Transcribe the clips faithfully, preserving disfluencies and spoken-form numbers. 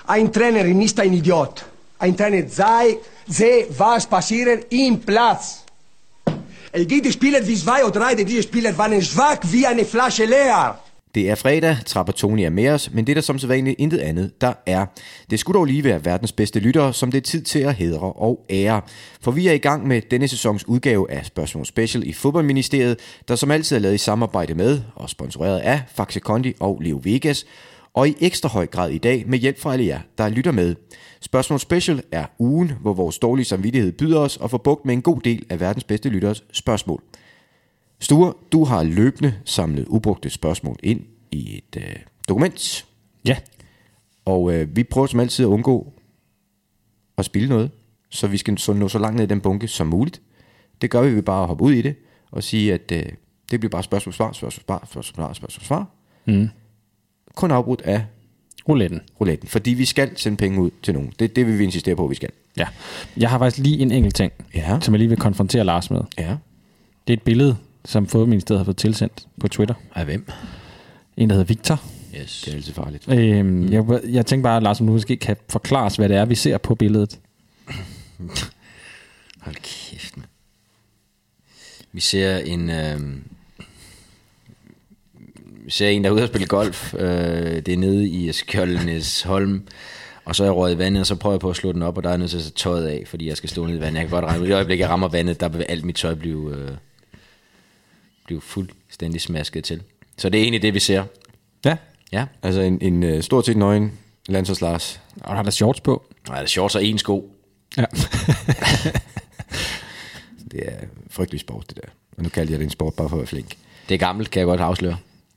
Ein Trainer ist ein Idiot. Ein Trainer sei, sehe, was passiert im Platz. Die Spieler wie zwei oder drei, diese Spieler waren schwach wie eine Flasche leer. Det er fredag, Trapattoni er med os, men det er der som sædvanligt intet andet, der er. Det skulle dog lige være verdens bedste lyttere, som det er tid til at hædre og ære. For vi er i gang med denne sæsons udgave af Spørgsmål Special i Fodboldministeriet, der som altid er lavet i samarbejde med og sponsoreret af Faxe Kondi og Leo Vegas, og i ekstra høj grad i dag med hjælp fra alle jer, der lytter med. Spørgsmål Special er ugen, hvor vores dårlige samvittighed byder os og får bugt med en god del af verdens bedste lytteres spørgsmål. Sture, du har løbende samlet ubrugte spørgsmål ind i et øh, dokument. Ja. Og øh, vi prøver som altid at undgå at spille noget, så vi skal så nå så langt ned i den bunke som muligt. Det gør vi ved bare at hoppe ud i det og sige, at øh, det bliver bare spørgsmål, svar, spørgsmål, svar, spørgsmål, svar, spørgsmål, svar. Mm. Kun afbrudt af rouletten. rouletten, fordi vi skal sende penge ud til nogen. Det, det vil vi insistere på, at vi skal. Ja. Jeg har faktisk lige en enkelt ting, ja. som jeg lige vil konfrontere Lars med. Ja. Det er et billede, som Fodboldministeriet har fået tilsendt på Twitter. Af hvem? En, der hedder Victor. Yes. Det er altid farligt. Øhm, mm. jeg, jeg tænker bare, at Lars, om du måske kan forklare os, hvad det er, vi ser på billedet. Hold kæft, man. Vi ser en... Øh... Vi ser en, der er ude at spille golf. Øh, det er nede i Skjoldenes Holm. Og så er jeg røget i vandet, og så prøver jeg på at slå den op, og der er jeg nødt til at sætte tøjet af, fordi jeg skal stå ned i vandet. Jeg kan godt regne ud, i det øjeblik, jeg rammer vandet, der vil alt mit tøj blive, øh, blive fuldstændig smasket til. Så det er egentlig det, vi ser. Ja. Ja. Altså en, en uh, stort set nøgen Landsholds Lars. Og der har der shorts på. Nej, der er shorts og en sko. Ja. Det er frygtelig sport, det der. Og nu kalder jeg det en sport, bare for at være flink. Det er gammelt, kan jeg godt afsløre.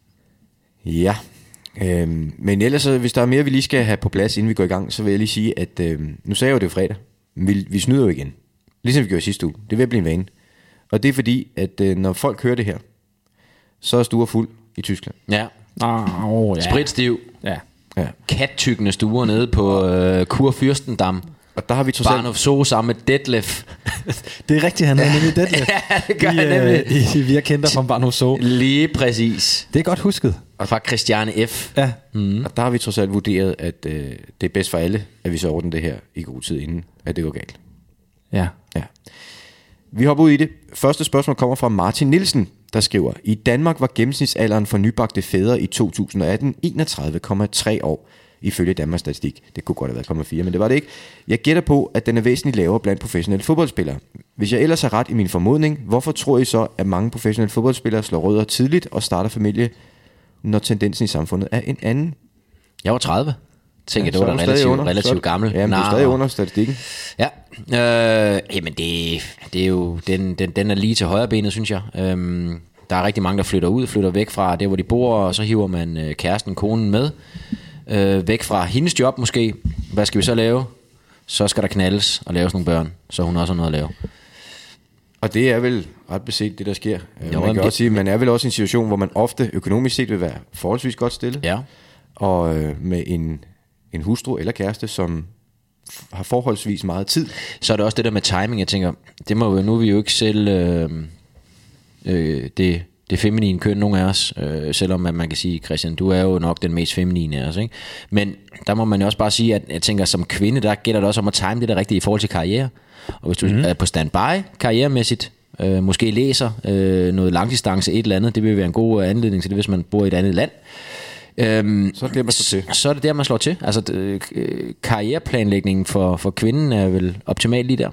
Ja. Øhm, men ellers, hvis der er mere, vi lige skal have på plads, inden vi går i gang, så vil jeg lige sige, at øhm, nu sagde jeg jo, det er fredag. Vi, vi snyder jo igen. Ligesom vi gjorde sidste uge. Det vil blive en vane. Og det er fordi, at øh, når folk hører det her, så er Sture fuld i Tyskland. Ja. Oh, ja. Spritstiv. Ja. Ja. Kattyggende stuer nede på øh, Kurfürstendam. Og der har vi trods alt... Barnhof Zoo sammen med Detlef. Det er rigtigt, han er nemlig Detlef. Ja, det gør I, han nemlig. Øh, I, vi er kendt fra Barnhof Zoo. Lige præcis. Det er godt husket. Og fra Christiane F. Ja. Mm. Og der har vi trods alt vurderet, at øh, det er bedst for alle, at vi så ordner det her i god tid inden, at det går galt. Ja. Ja. Vi hopper ud i det. Første spørgsmål kommer fra Martin Nielsen, der skriver: I Danmark var gennemsnitsalderen for nybagte fædre i to tusind og atten enogtredive komma tre år, ifølge Danmarks Statistik. Det kunne godt have været komma fire, men det var det ikke. Jeg gætter på, at den er væsentligt lavere blandt professionelle fodboldspillere. Hvis jeg ellers har ret i min formodning, hvorfor tror I så, at mange professionelle fodboldspillere slår rødder tidligt og starter familie, når tendensen i samfundet er en anden? Jeg var tredive. Tænker, Ja, det var da relativt, relativt gammel. Ja, men du er stadig under statistikken. Ja, øh, jamen det, det er jo, den, den, den er lige til højre benet, synes jeg. Øhm, der er rigtig mange, der flytter ud, flytter væk fra der, hvor de bor, og så hiver man øh, kæresten, konen med. Øh, væk fra hendes job måske. Hvad skal vi så lave? Så skal der knaldes og laves nogle børn, så hun også har noget at lave. Og det er vel ret beset det, der sker. Jo, man kan det, også sige, man er vel også i en situation, hvor man ofte økonomisk set vil være forholdsvis godt stillet. Ja. Og øh, med en, en hustru eller kæreste, som f- har forholdsvis meget tid. Så er det også det der med timing. Jeg tænker, det må jo, nu er vi jo ikke selv øh, øh, det, det feminine køn, nogen af os. Øh, selvom at man kan sige, Christian, du er jo nok den mest feminine af os, ikke? Men der må man jo også bare sige, at jeg tænker, som kvinde, der gælder det også om at time det der rigtigt i forhold til karriere. Og hvis du mm-hmm. er på standby karrieremæssigt, øh, måske læser øh, noget langdistance, et eller andet, det vil være en god anledning til det, hvis man bor i et andet land. Øhm, så er det der, man slår til. Så er det der, man slår til. Altså øh, karriereplanlægningen for, for kvinden er vel optimal lige der.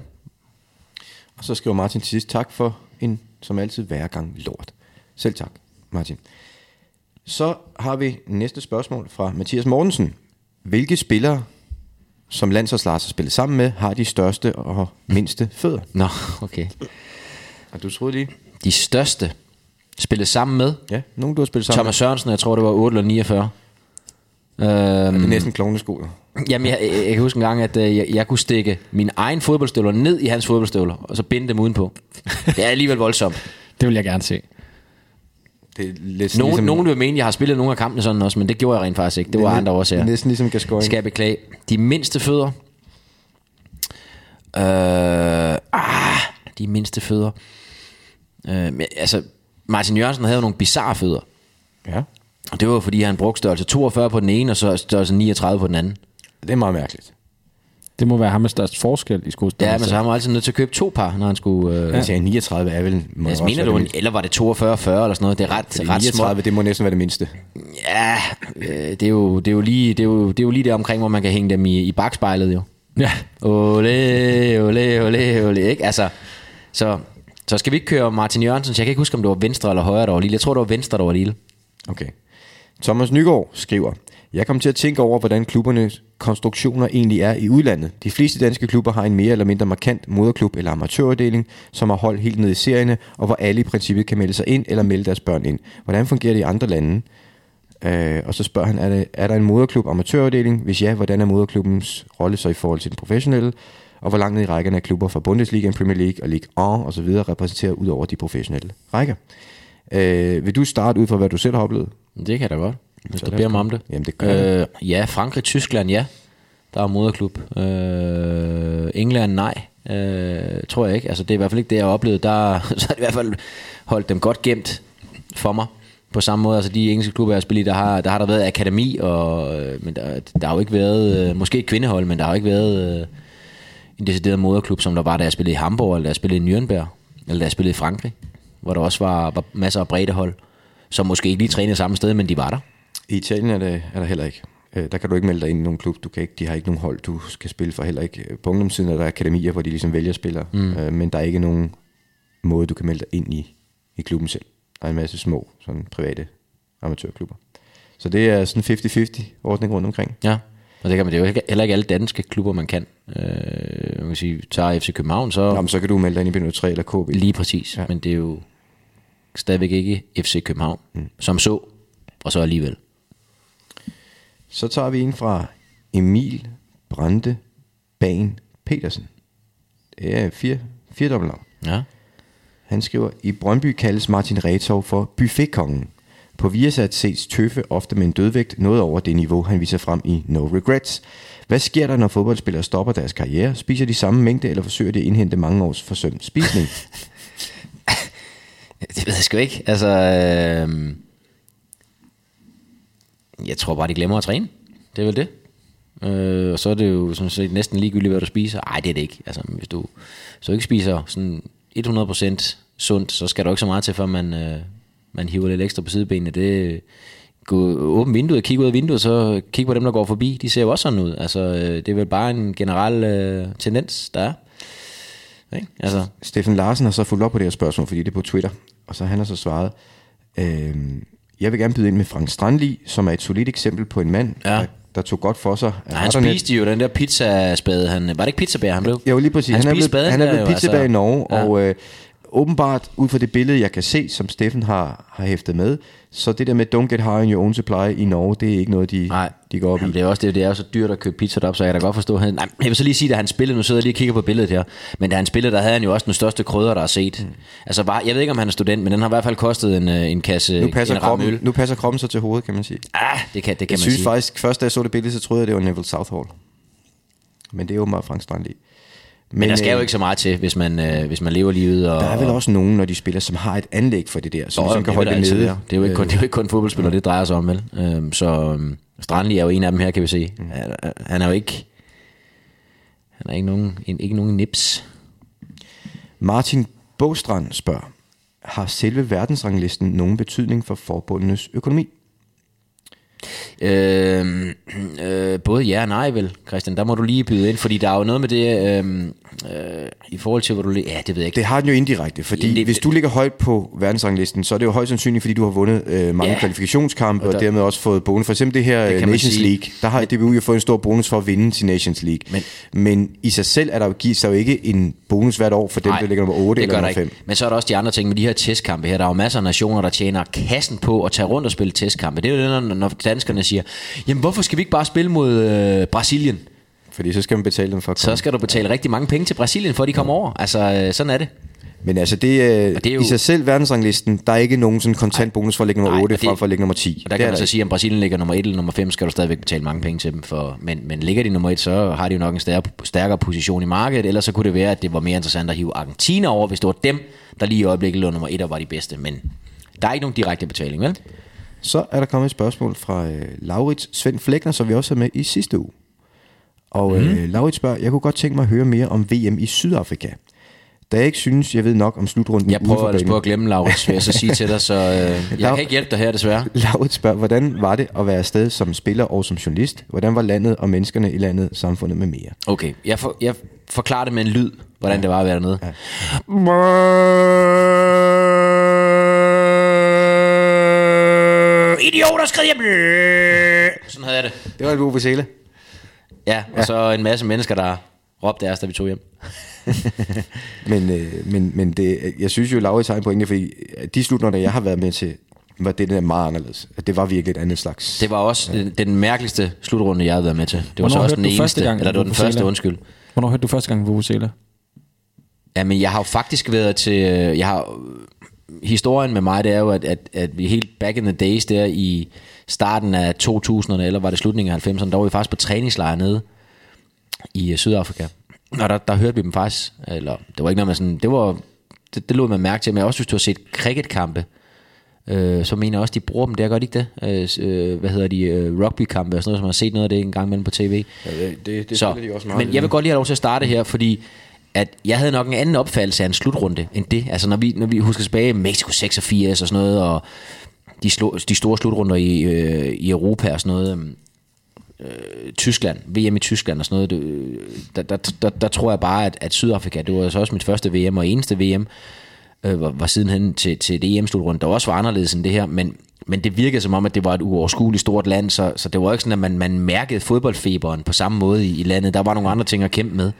Og så skriver Martin til sidst: tak for en, som altid, hver gang lort. Selv tak, Martin. Så har vi næste spørgsmål fra Mathias Mortensen. Hvilke spillere, som Landsholds Lars har spillet sammen med, har de største og mindste fødder? Nå, okay. Og du troede lige? De største spillet sammen med? Ja, nogen du har spillet sammen Thomas Sørensen, jeg tror det var otte eller niogfyrre. Øhm, ja, det er næsten klovnesko. Jamen jeg, jeg, jeg kan huske en gang, at jeg, jeg kunne stikke mine egne fodboldstøvler ned i hans fodboldstøvler, og så binde dem udenpå. Det er alligevel voldsomt. Det vil jeg gerne se. Det er lidt nogen, ligesom... nogen vil mene, jeg har spillet nogle af kampene sådan også, men det gjorde jeg rent faktisk ikke. Det, det var andre årsager. Næsten ligesom Gascoigne. Skal jeg beklage. De mindste fødder. Øh, ah, de mindste fødder. Øh, men, altså, Martin Jørgensen havde jo nogle bizarre fødder. Ja. Og det var fordi han brugte størrelse toogfyrre på den ene, og så størrelse niogtredive på den anden. Det er meget mærkeligt. Det må være ham med størst forskel i skostørrelse. Ja, men så har man altid nødt til at købe to par, når han skulle... Øh, Altså, ja, niogtredive er vel... jeg altså, mener du, eller var det toogfyrre fyrre eller sådan noget? Det er ret, ret niogtredive, småt. det må næsten være det mindste. Ja, øh, det, er jo, det, er jo lige, det, er jo, det er jo lige der omkring, hvor man kan hænge dem i, i bagspejlet jo. Ja. Ole, ole, ole, ole, ikke? Altså, så, så skal vi ikke køre Martin Jørgensen? Jeg kan ikke huske, om det var venstre eller højre, der var lille. Jeg tror, det var venstre, der var lille. Okay. Thomas Nygaard skriver: Jeg kom til at tænke over, hvordan klubbernes konstruktioner egentlig er i udlandet. De fleste danske klubber har en mere eller mindre markant moderklub eller amatørafdeling, som har hold helt ned i serierne, og hvor alle i princippet kan melde sig ind eller melde deres børn ind. Hvordan fungerer det i andre lande? Øh, og så spørger han, er, det, er der en moderklub amatørafdeling? Hvis ja, hvordan er moderklubbens rolle så i forhold til den professionelle? Og hvor langt ned i rækkerne af klubber fra Bundesliga, Premier League og Ligue et og så videre repræsenterer ud over de professionelle rækker? Øh, vil du starte ud fra, hvad du selv har oplevet? Det kan jeg da godt, hvis Så du lad os beder mig gå. om det. Jamen, det gør øh, Ja, Frankrig, Tyskland, ja. Der er moderklub. Øh, England, nej. Øh, tror jeg ikke. Altså, det er i hvert fald ikke det, jeg har oplevet. Der, så har det i hvert fald holdt dem godt gemt for mig. På samme måde, altså de engelske klubber, jeg har spillet i, der har der, har der været akademi, og, men der, der har jo ikke været, måske et kvindehold, men der har jo ikke været en decideret moderklub, som der var, da jeg spillede i Hamburg, eller da jeg spillede i Nürnberg, eller da jeg spillede i Frankrig, hvor der også var, var masser af breddehold, som måske ikke lige trænede samme sted, men de var der. I Italien er, det, er der heller ikke. Øh, der kan du ikke melde dig ind i nogen klub. Du kan ikke, de har ikke nogen hold, du skal spille for heller ikke. På ungdomssiden er der akademier, hvor de ligesom vælger spillere, mm. øh, men der er ikke nogen måde, du kan melde dig ind i, i klubben selv. Der er en masse små, sådan private amatørklubber. Så det er sådan halvtreds halvtreds ordning rundt omkring. Ja, og det kan man, det er jo heller ikke alle danske klubber, man kan. Øh, man kan sige, tager F C København, så... Jamen, så kan du melde dig ind i B nul tre eller K B. Lige præcis, ja. Men det er jo stadigvæk ikke F C København, mm. som så, og så alligevel. Så tager vi en fra Emil Brande Bagen Petersen. Det er fire, fire dobbeltnavn. Ja. Han skriver: I Brøndby kaldes Martin Retov for buffetkongen. På Viasat ses Tøffe ofte med en dødvægt noget over det niveau, han viser frem i No Regrets. Hvad sker der, når fodboldspillere stopper deres karriere? Spiser de samme mængde, eller forsøger de at indhente mange års forsømt spisning? Det ved jeg sgu ikke. Altså, øh, jeg tror bare, de glemmer at træne. Det er vel det. Øh, og så er det jo sådan set næsten ligegyldigt, hvad du spiser. Ej, det er det ikke. Altså, hvis du, hvis du ikke spiser sådan hundrede procent sundt, så skal der ikke så meget til, før man, øh, man hiver lidt ekstra på sidebenene. Det gå åbne vinduet, kig ud af vinduet, så kig på dem, der går forbi. De ser jo også sådan ud. Altså, øh, det er vel bare en generel øh, tendens, der er. Okay? Altså. Steffen Larsen har så fulgt op på det her spørgsmål, fordi det er på Twitter, og så han har så svaret: øh, Jeg vil gerne byde ind med Frank Strandli, som er et solidt eksempel på en mand, ja. der, der tog godt for sig. Ja, han spiste jo den der pizzaspade. Han, var det ikke pizzabær, han blev? Jo, lige præcis. Han, han er blevet, han er blevet pizzabær altså, i Norge, ja. og øh, åbenbart, ud fra det billede, jeg kan se, som Steffen har, har hæftet med, så det der med don't get high on your own supply i Norge, det er ikke noget, de, Nej. de går op Jamen, i. det er også det, det er jo så dyrt at købe pizza derop, så jeg kan da godt forstå. Han, nej, jeg vil så lige sige, at han spillede, nu sidder jeg lige og kigger på billedet her, men da han spillede, der havde han jo også den største krydder, der er set. Mm. Altså, bare, jeg ved ikke, om han er student, men den har i hvert fald kostet en, en kasse nu passer, kroppen, øl. nu passer kroppen så til hovedet, kan man sige. Ah, det kan, det kan jeg man synes sige. faktisk, først da jeg så det billede, så troede jeg, det var Neville Southall. Men det er jo meget Frank Strandli. Men, men der skal øh, jo ikke så meget til, hvis man, øh, hvis man lever livet. Og, der er vel også nogen, når de spiller, som har et anlæg for det der, som ligesom kan holde det nede. Det er jo ikke kun, det er jo ikke kun fodboldspillere, det drejer sig om, vel? Øhm, så øhm, Strandli er jo en af dem her, kan vi se. Mm. Han, han er jo ikke, han er ikke nogen, en, ikke nogen nips. Martin Båstrand spørger: Har selve verdensranglisten nogen betydning for forbundenes økonomi? Øh, øh, både ja og nej vel, Christian. Der må du lige byde ind, fordi der er jo noget med det øh, øh, i forhold til hvor du ja, det ved jeg ikke. Det har den jo indirekte, fordi ja, det, hvis du ligger højt på verdensranglisten, så er det jo højst sandsynligt, fordi du har vundet øh, mange ja, kvalifikationskampe og, der, og dermed også fået bonus. For eksempel det her det Nations League, der har D B U jo fået en stor bonus for at vinde til Nations League. Men, men i sig selv er der jo givet sig jo ikke en bonus hvert år for dem, nej, der ligger nummer otte eller nummer fem. Men så er der også de andre ting med de her testkampe her. Der er jo masser af nationer, der tjener kassen på at tage rundt og spille testkampe. Det er jo det, når danskerne siger: jamen hvorfor skal vi ikke bare spille mod øh, Brasilien? Fordi så skal man betale dem for at komme. Så skal du betale rigtig mange penge til Brasilien, for at de kommer over. Altså øh, sådan er det. Men altså det, øh, det er jo, i sig selv verdensranglisten, der er ikke nogen sådan kontant bonus for at ligge nummer otte frem for at ligge nummer ti. Og der det kan man så sige, at om Brasilien ligger nummer et eller nummer fem, skal du stadigvæk betale mange penge til dem for. Men, men ligger de nummer et, så har de jo nok en stærkere, stærkere position i markedet. Ellers så kunne det være, at det var mere interessant at hive Argentina over, hvis det var dem, der lige i øjeblikket lå nummer et og var de bedste. Men der er ikke nogen direkte betaling, vel? Så er der kommet et spørgsmål fra øh, Laurits Svend Flækner, som vi også havde med i sidste uge. Og mm. øh, Laurits spørger, jeg kunne godt tænke mig at høre mere om V M i Sydafrika. Da jeg ikke synes, jeg ved nok om slutrunden. Jeg prøver ellers på at glemme, Laurits, vil jeg så sige til dig, så øh, jeg kan ikke hjælpe dig her desværre. Laurits spørger, hvordan var det at være afsted som spiller og som journalist? Hvordan var landet og menneskerne i landet, samfundet med mere? Okay, jeg, for, jeg forklarer det med en lyd, hvordan ja. det var at være dernede. Ja. Idioter, skrid hjem! Sådan havde jeg det. Det var en vuvuzela. Ja, og ja. så en masse mennesker, der råbte deres, da vi tog hjem. men, øh, men, men det, jeg synes jo, Laurits har en pointe, fordi de slutrunder, jeg har været med til, var det der meget anderledes. Det var virkelig et andet slags. Det var også ja. den mærkeligste slutrunde, jeg havde været med til. Det var så også den eneste, gang, eller det var den første, undskyld. Hvornår hørte du første gang vuvuzela? Ja, men jeg har jo faktisk været til, jeg har, historien med mig, det er jo, at, at, at vi helt back in the days der i starten af to tusinderne, eller var det slutningen af halvfemserne, der var vi faktisk på træningslejr nede i Sydafrika. Og der, der hørte vi dem faktisk, eller det var ikke noget med sådan, det var, det, det lod man mærke til, men jeg også synes, du har set cricketkampe, øh, så mener jeg også, de bruger dem, der gør de ikke det, øh, hvad hedder de, øh, rugbykampe og sådan noget, som man har set noget af det en gang imellem på tv. Ja, det, det, det så, de også meget. Men jeg vil godt lige have lov til at starte her, fordi at jeg havde nok en anden opfattelse af en slutrunde end det, altså når vi, når vi husker tilbage, Mexico seksogfirs og sådan noget, og de, slo, de store slutrunder i, øh, i Europa og sådan noget, Øh, Tyskland, V M i Tyskland og sådan noget, det, der, der, der, der tror jeg bare, at, at Sydafrika, det var så også mit første V M og eneste V M, øh, var, var sidenhen til, til det E M-slutrunde, der også var anderledes end det her, men, men det virkede som om, at det var et uoverskueligt stort land, så, så det var ikke sådan, at man, man mærkede fodboldfeberen på samme måde i, i landet. Der var nogle andre ting at kæmpe med.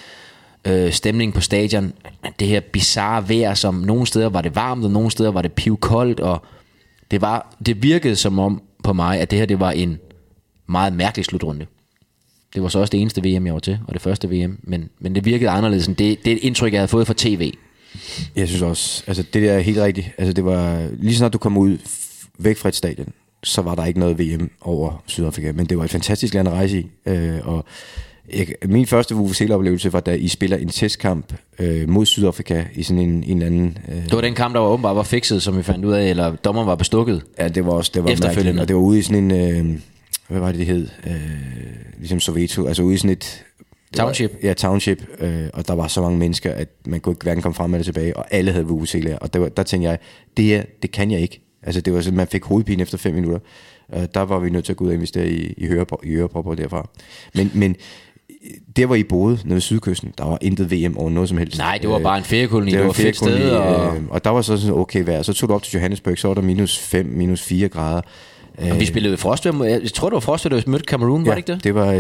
Øh, stemningen på stadion, det her bizarre vejr, som nogle steder var det varmt, og nogle steder var det pivkoldt, og det, var, det virkede som om på mig, at det her det var en meget mærkelig slutrunde. Det var så også det eneste V M, jeg var til, og det første V M, men, men det virkede anderledes end det, det indtryk, jeg havde fået fra tv. Jeg synes også, altså det der er helt rigtigt, altså det var, lige snart du kom ud væk fra et stadion, så var der ikke noget V M over Sydafrika, men det var et fantastisk land at rejse i, øh, og jeg, min første vuvuzela-oplevelse var, da I spiller en testkamp øh, mod Sydafrika i sådan en, en eller anden... Øh, det var den kamp, der var åbenbart var fikset, som vi fandt ud af, eller dommeren var bestukket. Ja, det var også, det var mærkeligt, og det var ude i sådan en... Øh, hvad var det, det hed? Øh, ligesom Soweto, altså ude i sådan et... Township. Var, ja, township, øh, og der var så mange mennesker, at man kunne ikke hverken komme frem med det tilbage, og alle havde vuvuzela, og der, var, der tænkte jeg, det, her, det kan jeg ikke. Altså det var sådan, man fik hovedpine efter fem minutter. Øh, der var vi nødt til at gå ud og investere i, i, hørepropper, i hørepropper derfra. Men, men der hvor I boede nede ved Sydkysten, der var intet V M over noget som helst. Nej, det var bare en feriekoloni, det var, det var et fedt sted. Og... Øh, og der var så sådan okay vejr, så tog du op til Johannesburg, så var der minus fem, minus fire grader. Og vi spillede frostvejr. Jeg tror det var frostvejr, da vi mødte Cameroon, ja, var det ikke det? det var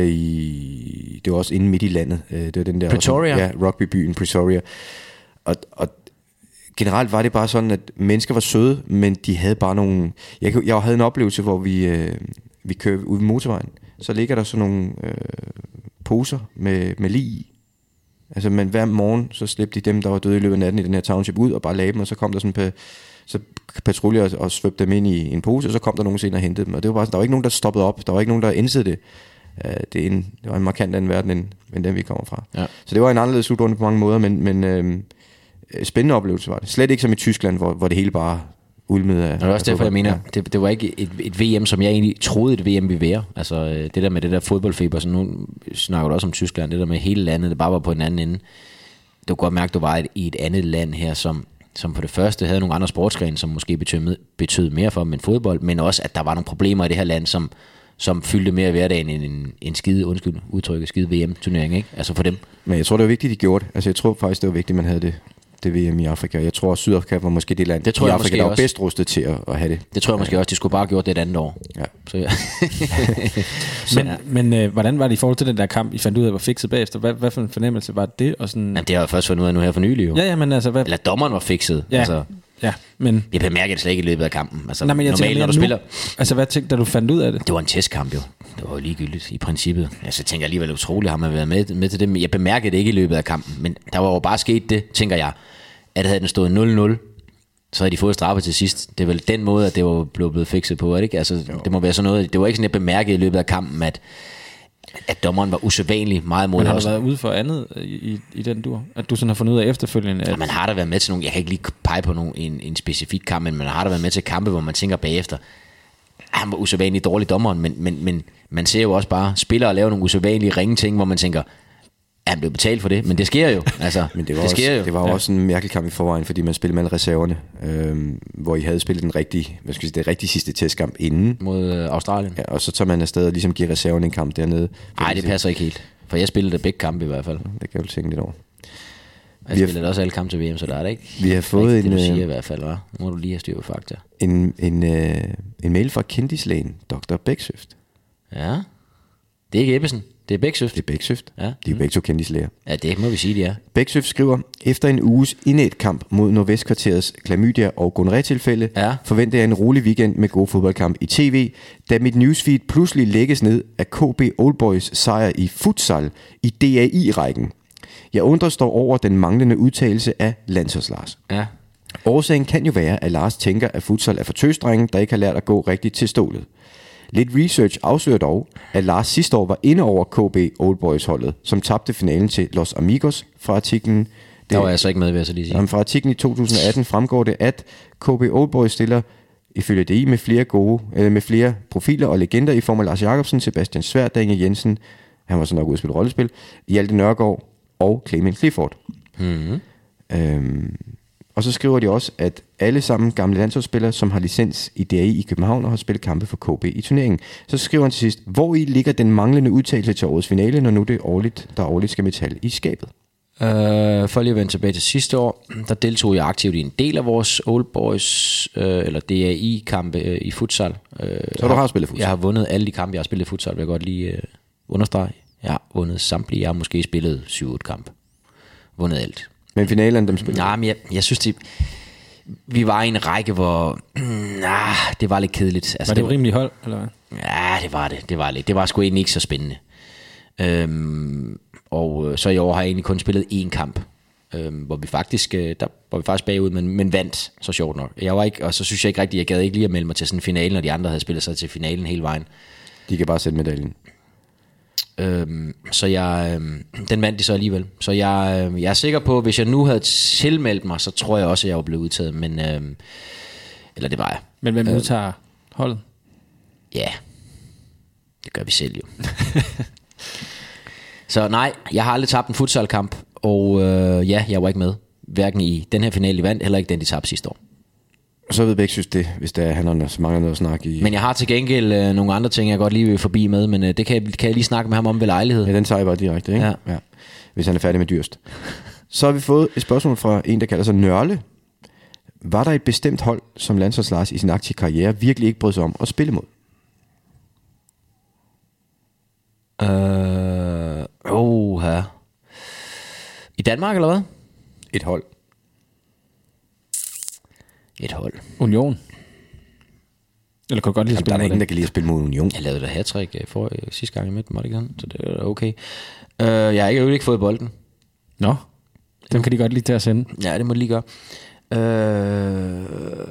i det var også inde midt i landet. Det var den der Pretoria. Også, ja, rugbybyen Pretoria. Og, og generelt var det bare sådan, at mennesker var søde, men de havde bare nogle... Jeg, jeg havde en oplevelse, hvor vi øh, vi kørte ud på motorvejen. Så ligger der sådan nogle øh, poser med med lig i. Altså, men hver morgen så slæbte de dem, der var døde i løbet af natten i den her township ud og bare lagde dem, og så kom der sådan på så patruljer og, og svøbte dem ind i en pose, og så kom der nogen senere og hentede dem, og det var bare, der var ikke nogen, der stoppede op, der var ikke nogen, der indsede det. Uh, det, er en, det var en markant anden verden, end, end den vi kommer fra. Ja. Så det var en anderledes slutrunde på mange måder, men, men øh, spændende oplevelse var det. Slet ikke som i Tyskland, hvor, hvor det hele bare ulmede af... Og det er også derfor, jeg mener, ja. det, det var ikke et, et V M, som jeg egentlig troede, et V M ville være. Altså det der med det der fodboldfeber, så nu snakker du også om Tyskland, det der med hele landet, det bare var på en anden ende. Du kunne godt mærke, at du var et, i et andet land her, som som på det første havde nogle andre sportsgrene, som måske betød, betød mere for dem end fodbold, men også, at der var nogle problemer i det her land, som, som fyldte mere i hverdagen end en, en skide, undskyld udtrykket, skide V M-turnering, ikke? Altså for dem. Men jeg tror, det var vigtigt, de gjorde det. Altså jeg tror faktisk, det var vigtigt, man havde det, det V M i Afrika. Jeg tror, at Sydafrika var måske det land det tror i jeg Afrika, der var også bedst rustet til at, at have det. Det tror jeg måske også, de skulle bare have gjort det et andet år. Ja. Så, ja. Så, men men øh, hvordan var det i forhold til den der kamp, I fandt ud af, var fikset bagefter? Hvad, hvad for en fornemmelse var det? Og sådan... Jamen, det har jeg først fundet ud af nu her for nylig jo. Ja, ja, men altså... Hvad... Eller dommeren var fikset. Ja, altså, ja, men... Jeg bemærkede det slet ikke i løbet af kampen. Altså, Nej, men jeg normalt, tænker, når du nu, spiller... Altså, hvad tænkte du, da du fandt ud af det? Det var en testkamp jo. Det var jo ligegyldigt i princippet. Altså, jeg tænker alligevel utroligt, har man været med, med til det. Men jeg bemærkede det ikke i løbet af kampen. Men der var jo bare sket det, tænker jeg, at havde den stået nul nul, så havde de fået straffe til sidst. Det er vel den måde, at det var blevet fikset på, ikke? Altså, det må være sådan noget. Det var ikke sådan, jeg bemærkede i løbet af kampen, at, at dommeren var usædvanlig meget mod. Men har du været ude for andet i, i den dur? At du sådan har fundet ud af efterfølgende? At... Ja, man har da været med til nogle, jeg kan ikke lige pege på nogen, en, en specifik kamp, men man har da været med til kampe, hvor man tænker bagefter, han var usædvanligt dårlig dommeren, men, men, men man ser jo også bare spillere lave nogle usædvanlige ringe ting, hvor man tænker, ja, han blev betalt for det, men det sker jo. Altså, men det var, det også, sker jo. Det var jo ja. også en mærkelig kamp i forvejen, fordi man spillede med alle reserverne, øh, hvor I havde spillet den rigtige, hvad skal jeg sige, det rigtige sidste testkamp inden. Mod øh, Australien. Ja, og så tager man afsted og ligesom giver reserven en kamp dernede. Nej, det passer ikke helt, for jeg spillede da begge kampe i hvert fald. Det kan jeg jo tænke lidt over. Jeg spillede har, også alle kampe til V M, så der er det ikke. Vi har fået en, det, du siger øh, i hvert fald, hva'? Nu må du lige have styr på fakta. En, en, øh, en mail fra kendislægen, doktor Bæksøft. Ja, det er ikke Ebbesen, det er Bæksøft. Det er Bæksøft. Ja. De er mm. begge to kendislæger. Ja, det må vi sige, de er. Bæksøft skriver, efter en uges indæt-kamp mod Nordvestkvarterets klamydia og gonorrhea-tilfælde, ja. forventer jeg en rolig weekend med god fodboldkamp i tv, da mit newsfeed pludselig lægges ned af K B Old Boys sejr i futsal i D A I-rækken. Jeg undrer dog over den manglende udtalelse af landsholdslars. Ja. Årsagen kan jo være, at Lars tænker, at futsal er for tøsdrenge, der ikke har lært at gå rigtigt til stålet. Lidt research afslører dog, at Lars sidste år var inde over K B Old Boys holdet, som tabte finalen til Los Amigos. Fra artiklen, der var jeg så ikke med, vil jeg så lige sige. Jamen, fra artiklen i to tusind atten fremgår det, at K B Old Boys stiller ifølge D I med flere gode, øh, med flere profiler og legender i form af Lars Jacobsen, Sebastian Sværd, Daniel Jensen, han var så nok ude at spille rollespil, Hjalte Nørgaard og Clement Clifford. Mm-hmm. Øhm, og så skriver de også, at alle sammen gamle landsholdsspillere, som har licens i D A I i København og har spillet kampe for K B i turneringen. Så skriver han til sidst, hvor i ligger den manglende udtalelse til årets finale, når nu det årligt, der årligt skal metal i skabet? Uh, for lige at vende tilbage til sidste år, der deltog jeg aktivt i en del af vores Old Boys, uh, eller D A I-kampe uh, i futsal. Uh, så du har spillet futsal? Jeg har vundet alle de kampe, jeg har spillet i futsal, vil jeg godt lige uh, understrege. Jeg har vundet samtlige, jeg har måske spillet syv otte kampe. Vundet alt. Men finalen, dem spiller? Nej, men jeg, jeg synes, det, vi var i en række, hvor nah, det var lidt kedeligt. Altså, var det, det rimelig hold, eller hvad? Ja, det var det. Det var lidt. Det var sgu egentlig ikke så spændende. Øhm, og så i år har jeg egentlig kun spillet én kamp, øhm, hvor vi faktisk der var vi faktisk bagud, men, men vandt, så sjovt nok. Jeg var ikke, og så synes jeg ikke rigtigt, jeg gad ikke lige at melde mig til sådan en finale, når de andre havde spillet sig til finalen hele vejen. De kan bare sætte medaljen. Øhm, så jeg, øhm, den vandt de så alligevel. Så jeg, øh, jeg er sikker på, at hvis jeg nu havde tilmeldt mig, så tror jeg også, at jeg var blevet udtaget. Men, øhm, eller det var jeg. Men hvem udtager øh, holdet? Ja, det gør vi selv jo. Så nej, jeg har aldrig tabt en futsalkamp. Og øh, ja, jeg var ikke med. Hverken i den her finale, de vandt, heller ikke den, de tabte sidste år. Så ved Bæk synes det, hvis der han har så mange noget at snakke i. Men jeg har til gengæld øh, nogle andre ting, jeg godt lige vil forbi med, men øh, det kan jeg, kan jeg lige snakke med ham om ved lejlighed. Ja, den tager jeg bare direkte, ikke? Ja. Ja. Hvis han er færdig med dyrst. Så har vi fået et spørgsmål fra en, der kalder sig Nørle. Var der et bestemt hold, som landsholds Lars i sin aktive karriere virkelig ikke brød sig om at spille mod? Øh, oh, her. I Danmark, eller hvad? Et hold. Et hold. Union. Eller kan du godt lide at spille mod mod det? Der er ingen, der kan lide at spille mod Union. Jeg lavede da hat-trick for uh, sidste gang i midten, var det ikke sådan? Så det er okay. Uh, jeg har ikke, ikke fået bolden. Nå, dem kan de godt lide til at sende. Ja, det må de lige gøre. Uh,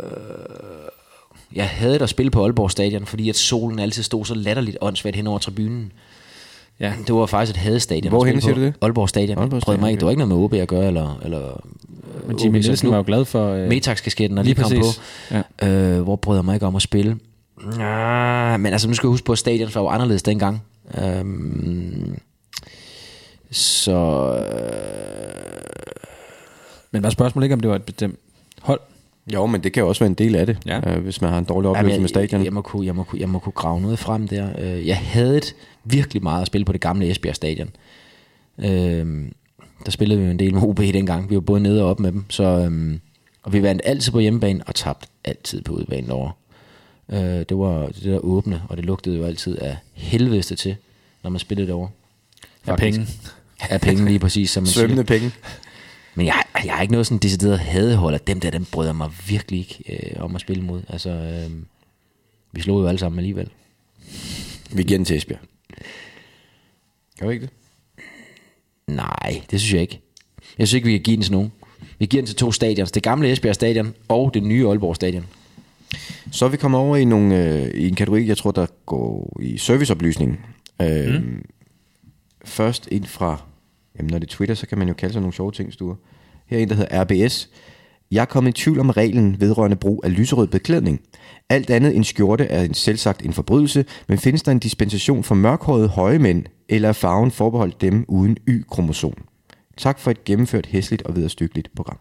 jeg havde da spille på Aalborg Stadion, fordi at solen altid stod så latterligt åndssvagt hen over tribunen. Ja. Det var faktisk et hadestadion. Hvorhen siger du det? Aalborg Stadion. Aalborg Stadion. Mig ikke. Det var ikke noget med O B at gøre, eller... eller men Jimmy Nielsen var jo glad for... Øh, Metax-kasketten, der lige kom på. Ja. Øh, hvor brød jeg mig ikke om at spille? Ah, men altså, nu skal jeg huske på, at stadion var jo anderledes dengang. Øhm, så... Øh, men var spørgsmålet ikke, om det var et bestemt hold? Jo, men det kan jo også være en del af det, ja. øh, hvis man har en dårlig oplevelse jeg, med stadion. Jeg, jeg, må kunne, jeg, må kunne, jeg må kunne grave noget frem der. Jeg havde et virkelig meget at spille på det gamle Esbjerg Stadion. Øh, der spillede vi en del med O B dengang. Vi var både nede og op med dem. Så, øhm, og vi vandt altid på hjemmebane og tabte altid på udebane over. Øh, det var det der åbne, og det lugtede jo altid af helveste til, når man spillede derovre. Af penge. Af penge lige præcis, som man Svømmende penge. Men jeg, jeg har ikke noget sådan decideret hadehold, og dem der, dem bryder mig virkelig ikke øh, om at spille mod. Altså, øh, vi slog jo alle sammen alligevel. Vi giver den til Esbjerg. Kan vi ikke det? Nej, det synes jeg ikke. Jeg synes ikke, vi kan give den til nogen. Vi giver den til to stadions. Det gamle Esbjerg Stadion og det nye Aalborg Stadion. Så vi kommer over i, nogle, øh, i en kategori, jeg tror, der går i serviceoplysning. Øh, mm. Først ind fra, jamen når det er Twitter, så kan man jo kalde sig nogle sjove ting, Sture. Her er en, der hedder R B S. Jeg er kommet i tvivl om reglen vedrørende brug af lyserød beklædning. Alt andet end skjorte er en selvsagt en forbrydelse, men findes der en dispensation for mørkhårede høje mænd, eller er farven forbeholdt dem uden Y-kromosom? Tak for et gennemført hæsligt og vederstyggeligt program.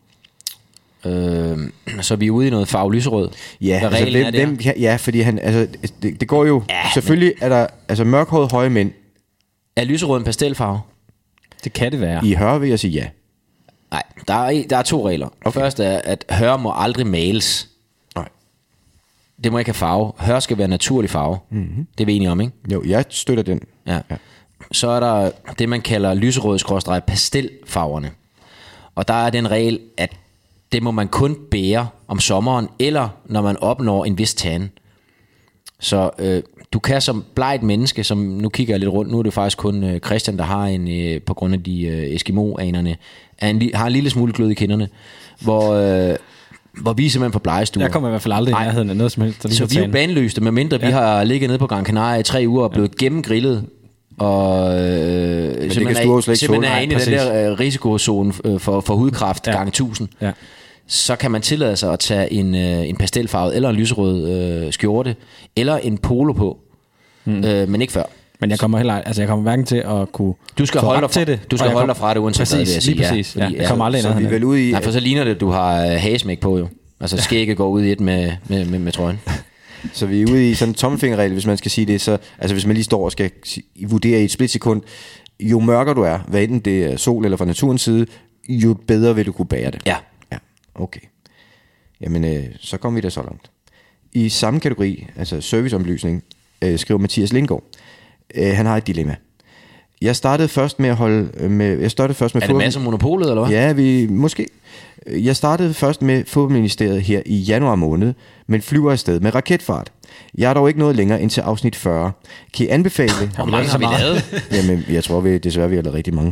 Øh, så er vi ude i noget farve lyserød. Ja, altså, hvem, hvem, ja, ja, fordi han, altså, det, det går jo, ja, selvfølgelig men... er der altså, mørkhårede høje mænd. Er lyserød en pastelfarve? Det kan det være. I høre vil jeg sige ja. Nej, der er, der er to regler. Okay. Først er, at høre må aldrig males. Nej. Det må ikke have farve. Høre skal være naturlig farve. Mm-hmm. Det er vi enige om, ikke? Jo, jeg støtter den. Ja. Ja. Så er der det, man kalder lyserød-pastelfarverne. Og der er den regel, at det må man kun bære om sommeren, eller når man opnår en vis tan. Så øh, du kan som blegt menneske, som nu kigger jeg lidt rundt, nu er det faktisk kun øh, Christian, der har en, øh, på grund af de øh, Eskimo-anerne, en, har en lille smule glød i kinderne, hvor, øh, hvor vi er simpelthen på blegestuer. Jeg kommer i hvert fald aldrig i nærheden af noget som helst. Så vi er jo baneløste, medmindre ja. vi har ligget nede på Gran Canaria i tre uger og blevet gennemgrillet, og øh, simpelthen, er, simpelthen er inde i den der øh, risikozone øh, for, for hudkræft ja. gange tusind. Ja. Så kan man tillade sig at tage en, øh, en pastelfarvet eller en lyserød øh, skjorte eller en polo på, hmm. øh, men ikke før. Men jeg kommer heller, altså jeg kommer hverken til at kunne du skal holde dig fra det. Du skal holde dig fra det uanset hvad, vil jeg sige. Præcis, ja. Fordi, ja. Jeg kommer aldrig ind. Så vi er vel ude i. Nej, for så ligner det, at du har øh, hagesmæk på jo. Altså skægget går ud i et med med med, med trøjen. Så vi er ude i sådan en tommelfingerregel, hvis man skal sige det. Så altså hvis man lige står og skal vurdere i et splitsekund, jo mørkere du er, hvad enten det er sol eller fra naturens side, jo bedre vil du kunne bære det. Ja. Okay. Jamen, øh, så kommer vi da så langt. I samme kategori, altså serviceomlysning, øh, skriver Mathias Lindgaard. Øh, han har et dilemma. Jeg startede først med at holde med. Jeg startede først med. Er det masser af monopolet eller hvad? Ja, vi måske. Jeg startede først med Fodboldministeriet her i januar måned, men flyver afsted med raketfart. Jeg er dog ikke nået længere end til afsnit fyrre. Kan I anbefale? Hvor mange har vi lavet? Jamen, jeg tror vi desværre vi har lavet rigtig mange.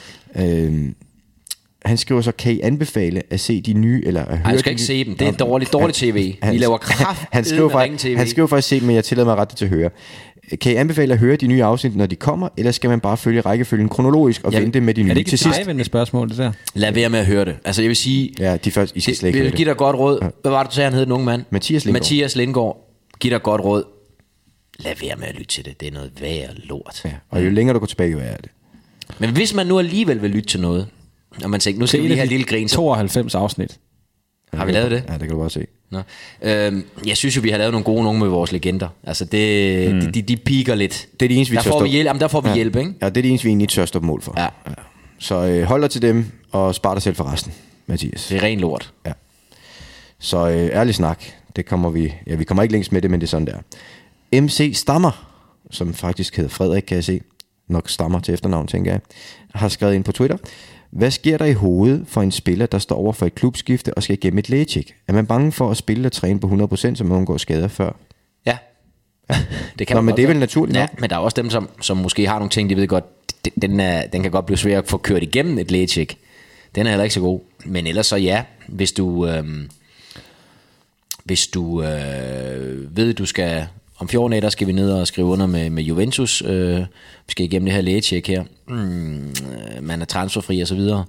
Øh, Han skriver så, kan I anbefale at se de nye, eller at høre... Nej, jeg skal ikke se dem. Det er dårligt, dårligt tv. Han, I laver kraft. Han skriver faktisk, han skriver faktisk se dem, men jeg tillader mig ret til at høre. Kan I anbefale at høre de nye afsnit, når de kommer, eller skal man bare følge rækkefølgen kronologisk og ja, vente med de nye til sidst? Er det ikke et spørgsmål, det der? Lad være med at høre det. Altså, jeg vil sige... Ja, de første, I skal slet ikke høre det. Giv dig godt råd. Hvad var det, du sagde, han hed, den unge mand? Mathias Lindgaard. Mathias Lindgaard. Giv dig godt råd. Lad være med at lytte til det. Det er noget værre lort. Ja, og jo længere du går tilbage, jo er det. Men hvis man nu alligevel vil lytte til noget, og man tænker, nu skal vi lige have en lille grin. tooghalvfems afsnit. Har vi lavet det? Ja, det kan du bare se. Nå. Øhm, jeg synes jo, vi har lavet nogle gode nogle med vores legender. Altså, det, mm. de, de, de piker lidt. Det er de eneste, vi der får vi hjælp. Jamen, der får vi ja. hjælp, ikke? Ja, det er de eneste, vi egentlig tør stoppe mål for. Ja. Ja. Så øh, hold dig til dem, og spar dig selv for resten, Mathias. Det er ren lort. Ja. Så øh, ærlig snak, det kommer vi... Ja, vi kommer ikke længst med det, men det er sådan der. M C Stammer, som faktisk hedder Frederik, kan jeg se. Nok Stammer til efternavn, tænker jeg. Har skrevet ind på Twitter. Hvad sker der i hovedet for en spiller, der står over for et klubskifte og skal igennem et lægetjek? Er man bange for at spille og træne på hundrede procent, så man undgår skader før? Ja. ja. Det kan Nå, men det er vel naturligt ja, nok? Men der er også dem, som, som måske har nogle ting, de ved godt, den, er, den kan godt blive svær at få kørt igennem et lægetjek. Den er heller ikke så god. Men ellers så ja, hvis du, øhm, hvis du øh, ved, du skal... Om fjorten dage, der skal vi ned og skrive under med, med Juventus. Øh, vi skal igennem det her lægetjek her. Mm, man er transferfri og så videre.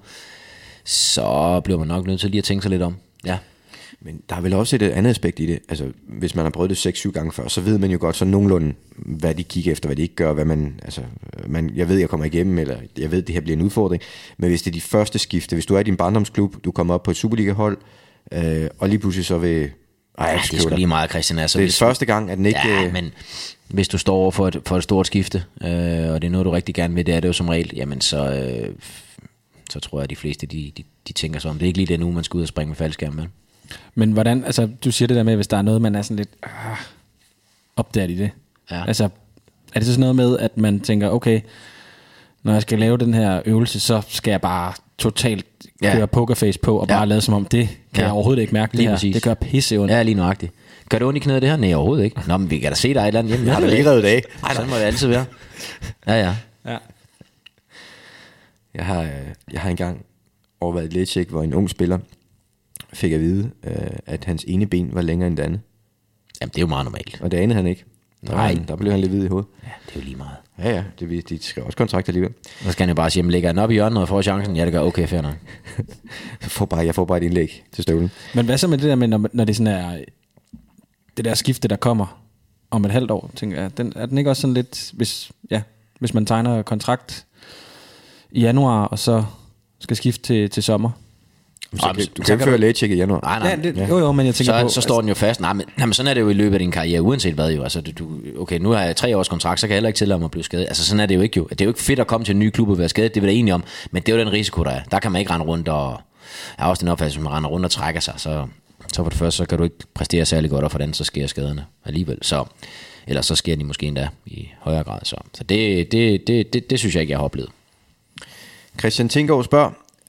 Så bliver man nok nødt til lige at tænke sig lidt om. Ja. Men der er vel også et andet aspekt i det. Altså, hvis man har prøvet det seks syv gange før, så ved man jo godt så nogenlunde, hvad de kigger efter, hvad de ikke gør. Hvad man, altså, man, jeg ved, jeg kommer igennem, eller jeg ved, det her bliver en udfordring. Men hvis det er de første skifte, hvis du er i din barndomsklub, du kommer op på et Superliga-hold, øh, og lige pludselig så vil... Ej, ja, det er sgu lige meget, Christian. Altså, det er hvis, første gang, at den ikke... Ja, men hvis du står over for et, for et stort skifte, øh, og det er noget, du rigtig gerne vil, det er det jo som regel, jamen så, øh, så tror jeg, at de fleste, de, de, de tænker sig om. Det er ikke lige det nu, man skal ud og springe med faldskærm, men. Men hvordan, altså du siger det der med, hvis der er noget, man er sådan lidt øh, opdaget i det. Ja. Altså, er det så sådan noget med, at man tænker, okay, når jeg skal lave den her øvelse, så skal jeg bare totalt køre ja. pokerface på, og bare ja. lade som om, det kan ja. jeg overhovedet ikke mærke, det her. Det gør pisse ondt. Ja, lige nøjagtigt. Gør det ondt i knæet det her? Nej, overhovedet ikke. Nå, men vi kan da se, der er et eller andet hjemme. Jeg har da lige revet det af. Nej, sådan må det altid være. Ja, ja. ja. Jeg har, jeg har engang overvejet et lægetjek, hvor en ung spiller fik at vide, at hans ene ben var længere end det andet. Jamen, det er jo meget normalt. Og det anede han ikke. Nej, der blev han lidt hvid i hovedet. Ja, det er jo lige meget. Ja, ja, det, de skal også kontrakt alligevel. Så skal han jo bare sige, lægger han op i hjørnet og får chancen? Ja, det gør okay, fair nok. jeg, får bare, jeg får bare et indlæg til støvlen. Men hvad så med det der med, når, når det sådan er, det der skifte, der kommer om et halvt år, tænker jeg, den, er den ikke også sådan lidt, hvis, ja, hvis man tegner kontrakt i januar, og så skal skifte til, til sommer? Så kan, du kan ikke føre lægetjek i januar. Nej, nej. Ja, det, jo, jo, men jeg tænker så, på... Så står den jo fast. Nej, men jamen, sådan er det jo i løbet af din karriere, uanset hvad jo. Altså, du, okay, nu har jeg tre års kontrakt, så kan jeg heller ikke tillade mig at blive skadet. Altså, sådan er det jo ikke jo. Det er jo ikke fedt at komme til en ny klub og være skadet, det er vi da enige om. Men det er jo den risiko, der er. Der kan man ikke rende rundt og... Jeg har også den opfattelse, at man render rundt og trækker sig. Så, så for det første, så kan du ikke præstere særlig godt, og for den så sker skaderne alligevel. Så, eller så sker de måske endda i højere grad. Så, så det, det, det, det, det synes jeg ikke, jeg har oplevet. Christian Tinggaard spørger,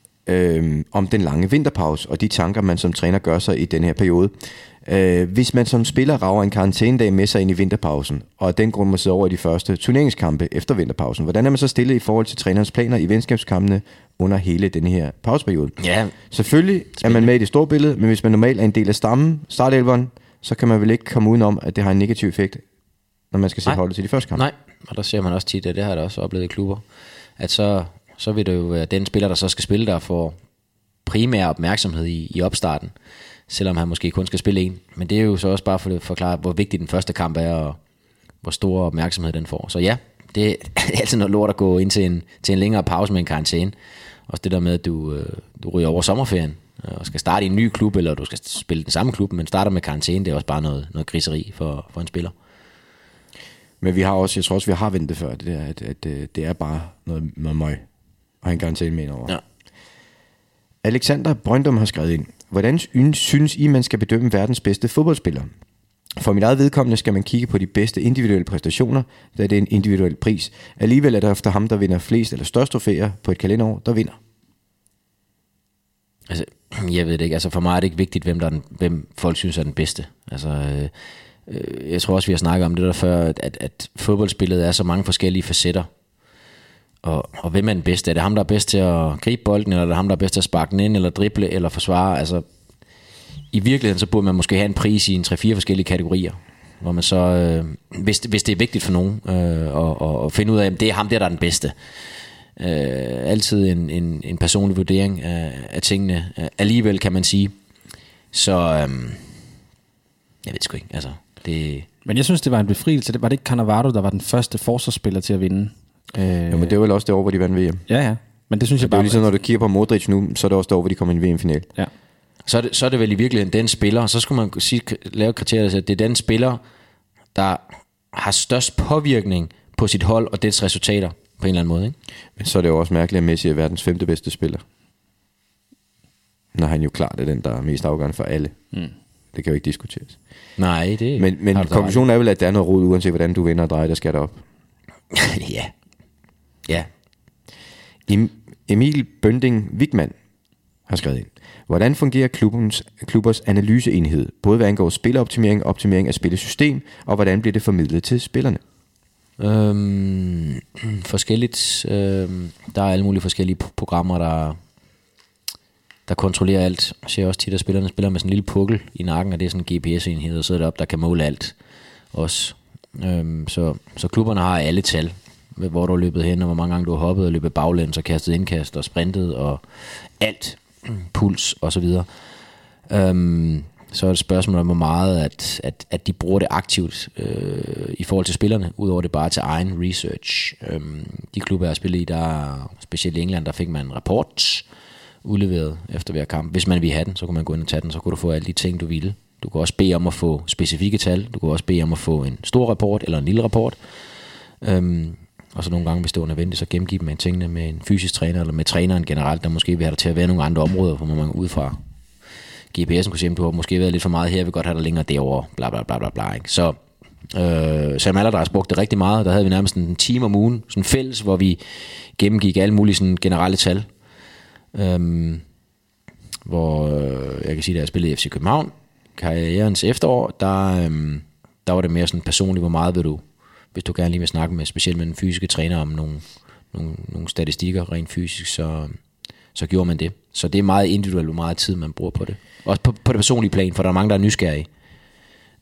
Øh, om den lange vinterpause og de tanker, man som træner gør sig i den her periode. Øh, hvis man som spiller rager en karantænedag med sig ind i vinterpausen, og af den grund må sidde over i de første turneringskampe efter vinterpausen, hvordan er man så stillet i forhold til trænerens planer i venskabskampene under hele den her pauseperiode? Ja, selvfølgelig spændende. Er man med i det store billede, men hvis man normalt er en del af stammen, startelveren, så kan man vel ikke komme udenom, at det har en negativ effekt, når man skal sætte holdet til de første kampe. Nej, og der ser man også tit, at det har jeg da også oplevet i klubber, at så så vil det jo være den spiller, der så skal spille, der får primær opmærksomhed i, i opstarten, selvom han måske kun skal spille en. Men det er jo så også bare for at forklare, hvor vigtig den første kamp er, og hvor stor opmærksomhed den får. Så ja, det er altid noget lort at gå ind til en, til en længere pause med en karantæne. Også det der med, at du, du ryger over sommerferien, og skal starte i en ny klub, eller du skal spille den samme klub, men starter med karantæne, det er også bare noget, noget griseri for, for en spiller. Men vi har også, jeg tror også, vi har ventet før, det der, at, at, at det er bare noget, noget møg. Og han garanteret mener over. Ja. Alexander Brøndum har skrevet ind: hvordan synes I, man skal bedømme verdens bedste fodboldspiller? For mit eget vedkommende skal man kigge på de bedste individuelle præstationer, da det er en individuel pris. Alligevel er det efter ham, der vinder flest eller størst trofæer på et kalenderår, der vinder. Altså, jeg ved det ikke. Altså, for mig er det ikke vigtigt, hvem, der er den, hvem folk synes er den bedste. Altså, øh, øh, jeg tror også, vi har snakket om det der før, at, at fodboldspillet er så mange forskellige facetter. Og, og hvem er den bedste? Er det ham, der er bedst til at gribe bolden, eller er det ham, der er bedst til at sparke den ind, eller drible, eller forsvare? Altså, i virkeligheden, så burde man måske have en pris i en tre fire forskellige kategorier, hvor man så, øh, hvis, hvis det er vigtigt for nogen, øh, og, og, og finde ud af, at det er ham der, der er den bedste. Øh, altid en, en, en personlig vurdering af, af tingene. Øh, alligevel kan man sige. Så, øh, jeg ved sgu ikke, altså, det... Men jeg synes, det var en befrielse. Det var det ikke Cannavaro, der var den første forsvarsspiller til at vinde? Øh, jo, men det er vel også det år, hvor de vandt V M. Ja, ja. Men det synes jeg bare... Det er bare... ligesom, når du kigger på Modric nu, så er det også det år, hvor de kommer i en V M-final. Ja. Så er, det, så er det vel i virkeligheden den spiller, så skulle man sige, lave kriterier, at det er den spiller, der har størst påvirkning på sit hold og dets resultater, på en eller anden måde, ikke? Men så er det jo også mærkeligt, at Messi er verdens femte bedste spiller. Når han jo klart er den, der er mest afgørende for alle. Mm. Det kan jo ikke diskuteres. Nej, det... Men, men konklusionen er vel, at der er noget rod, uanset hvordan du vinder og drejer, der skal der op. Ja. Ja. Emil Bønding Wigman har skrevet ind: hvordan fungerer klubbens, klubbers analyseenhed, både hvad angår spilleoptimering og optimering af spillesystem, og hvordan bliver det formidlet til spillerne? Øhm, forskelligt. Øhm, der er alle mulige forskellige programmer, der, der kontrollerer alt. Jeg ser også tit, at spillerne spiller med sådan en lille pukkel i nakken, og det er sådan en G P S-enhed, og så er det op, der kan måle alt også. Øhm, så, så klubberne har alle tal, hvor du har løbet hen, og hvor mange gange du har hoppet og løbet baglæns og kastet indkast og sprintet og alt, puls og så videre. Øhm, så er det et spørgsmål om, hvor meget at, at, at de bruger det aktivt øh, i forhold til spillerne, udover det bare til egen research. Øhm, de klubber, jeg har spillet i, der specielt i England, der fik man en rapport udleveret efter hver kamp. Hvis man ville have den, så kunne man gå ind og tage den, så kunne du få alle de ting, du ville. Du kunne også bede om at få specifikke tal, du kunne også bede om at få en stor rapport eller en lille rapport. Øhm, og så nogle gange, hvis det var nødvendigt, så gennemgive dem med tingene med en fysisk træner, eller med træneren generelt, der måske vil have dig til at være nogle andre områder, hvor man ud fra G P S'en kunne sige, at du har måske været lidt for meget her, jeg vil godt have dig længere derovre, bla bla bla bla bla, ikke? Så øh, Sam Allardyce brugte det rigtig meget, der havde vi nærmest en time om ugen, sådan fælles, hvor vi gennemgik alle mulige sådan generelle tal, øhm, hvor øh, jeg kan sige, at jeg spillede i F C København, karrierens efterår, der, øhm, der var det mere sådan personligt, hvor meget vil du, hvis du gerne lige vil snakke med, specielt med den fysiske træner om nogle, nogle, nogle statistikker rent fysisk, så, så gjorde man det. Så det er meget individuelt, hvor meget tid man bruger på det. Også på, på det personlige plan, for der er mange, der er nysgerrige.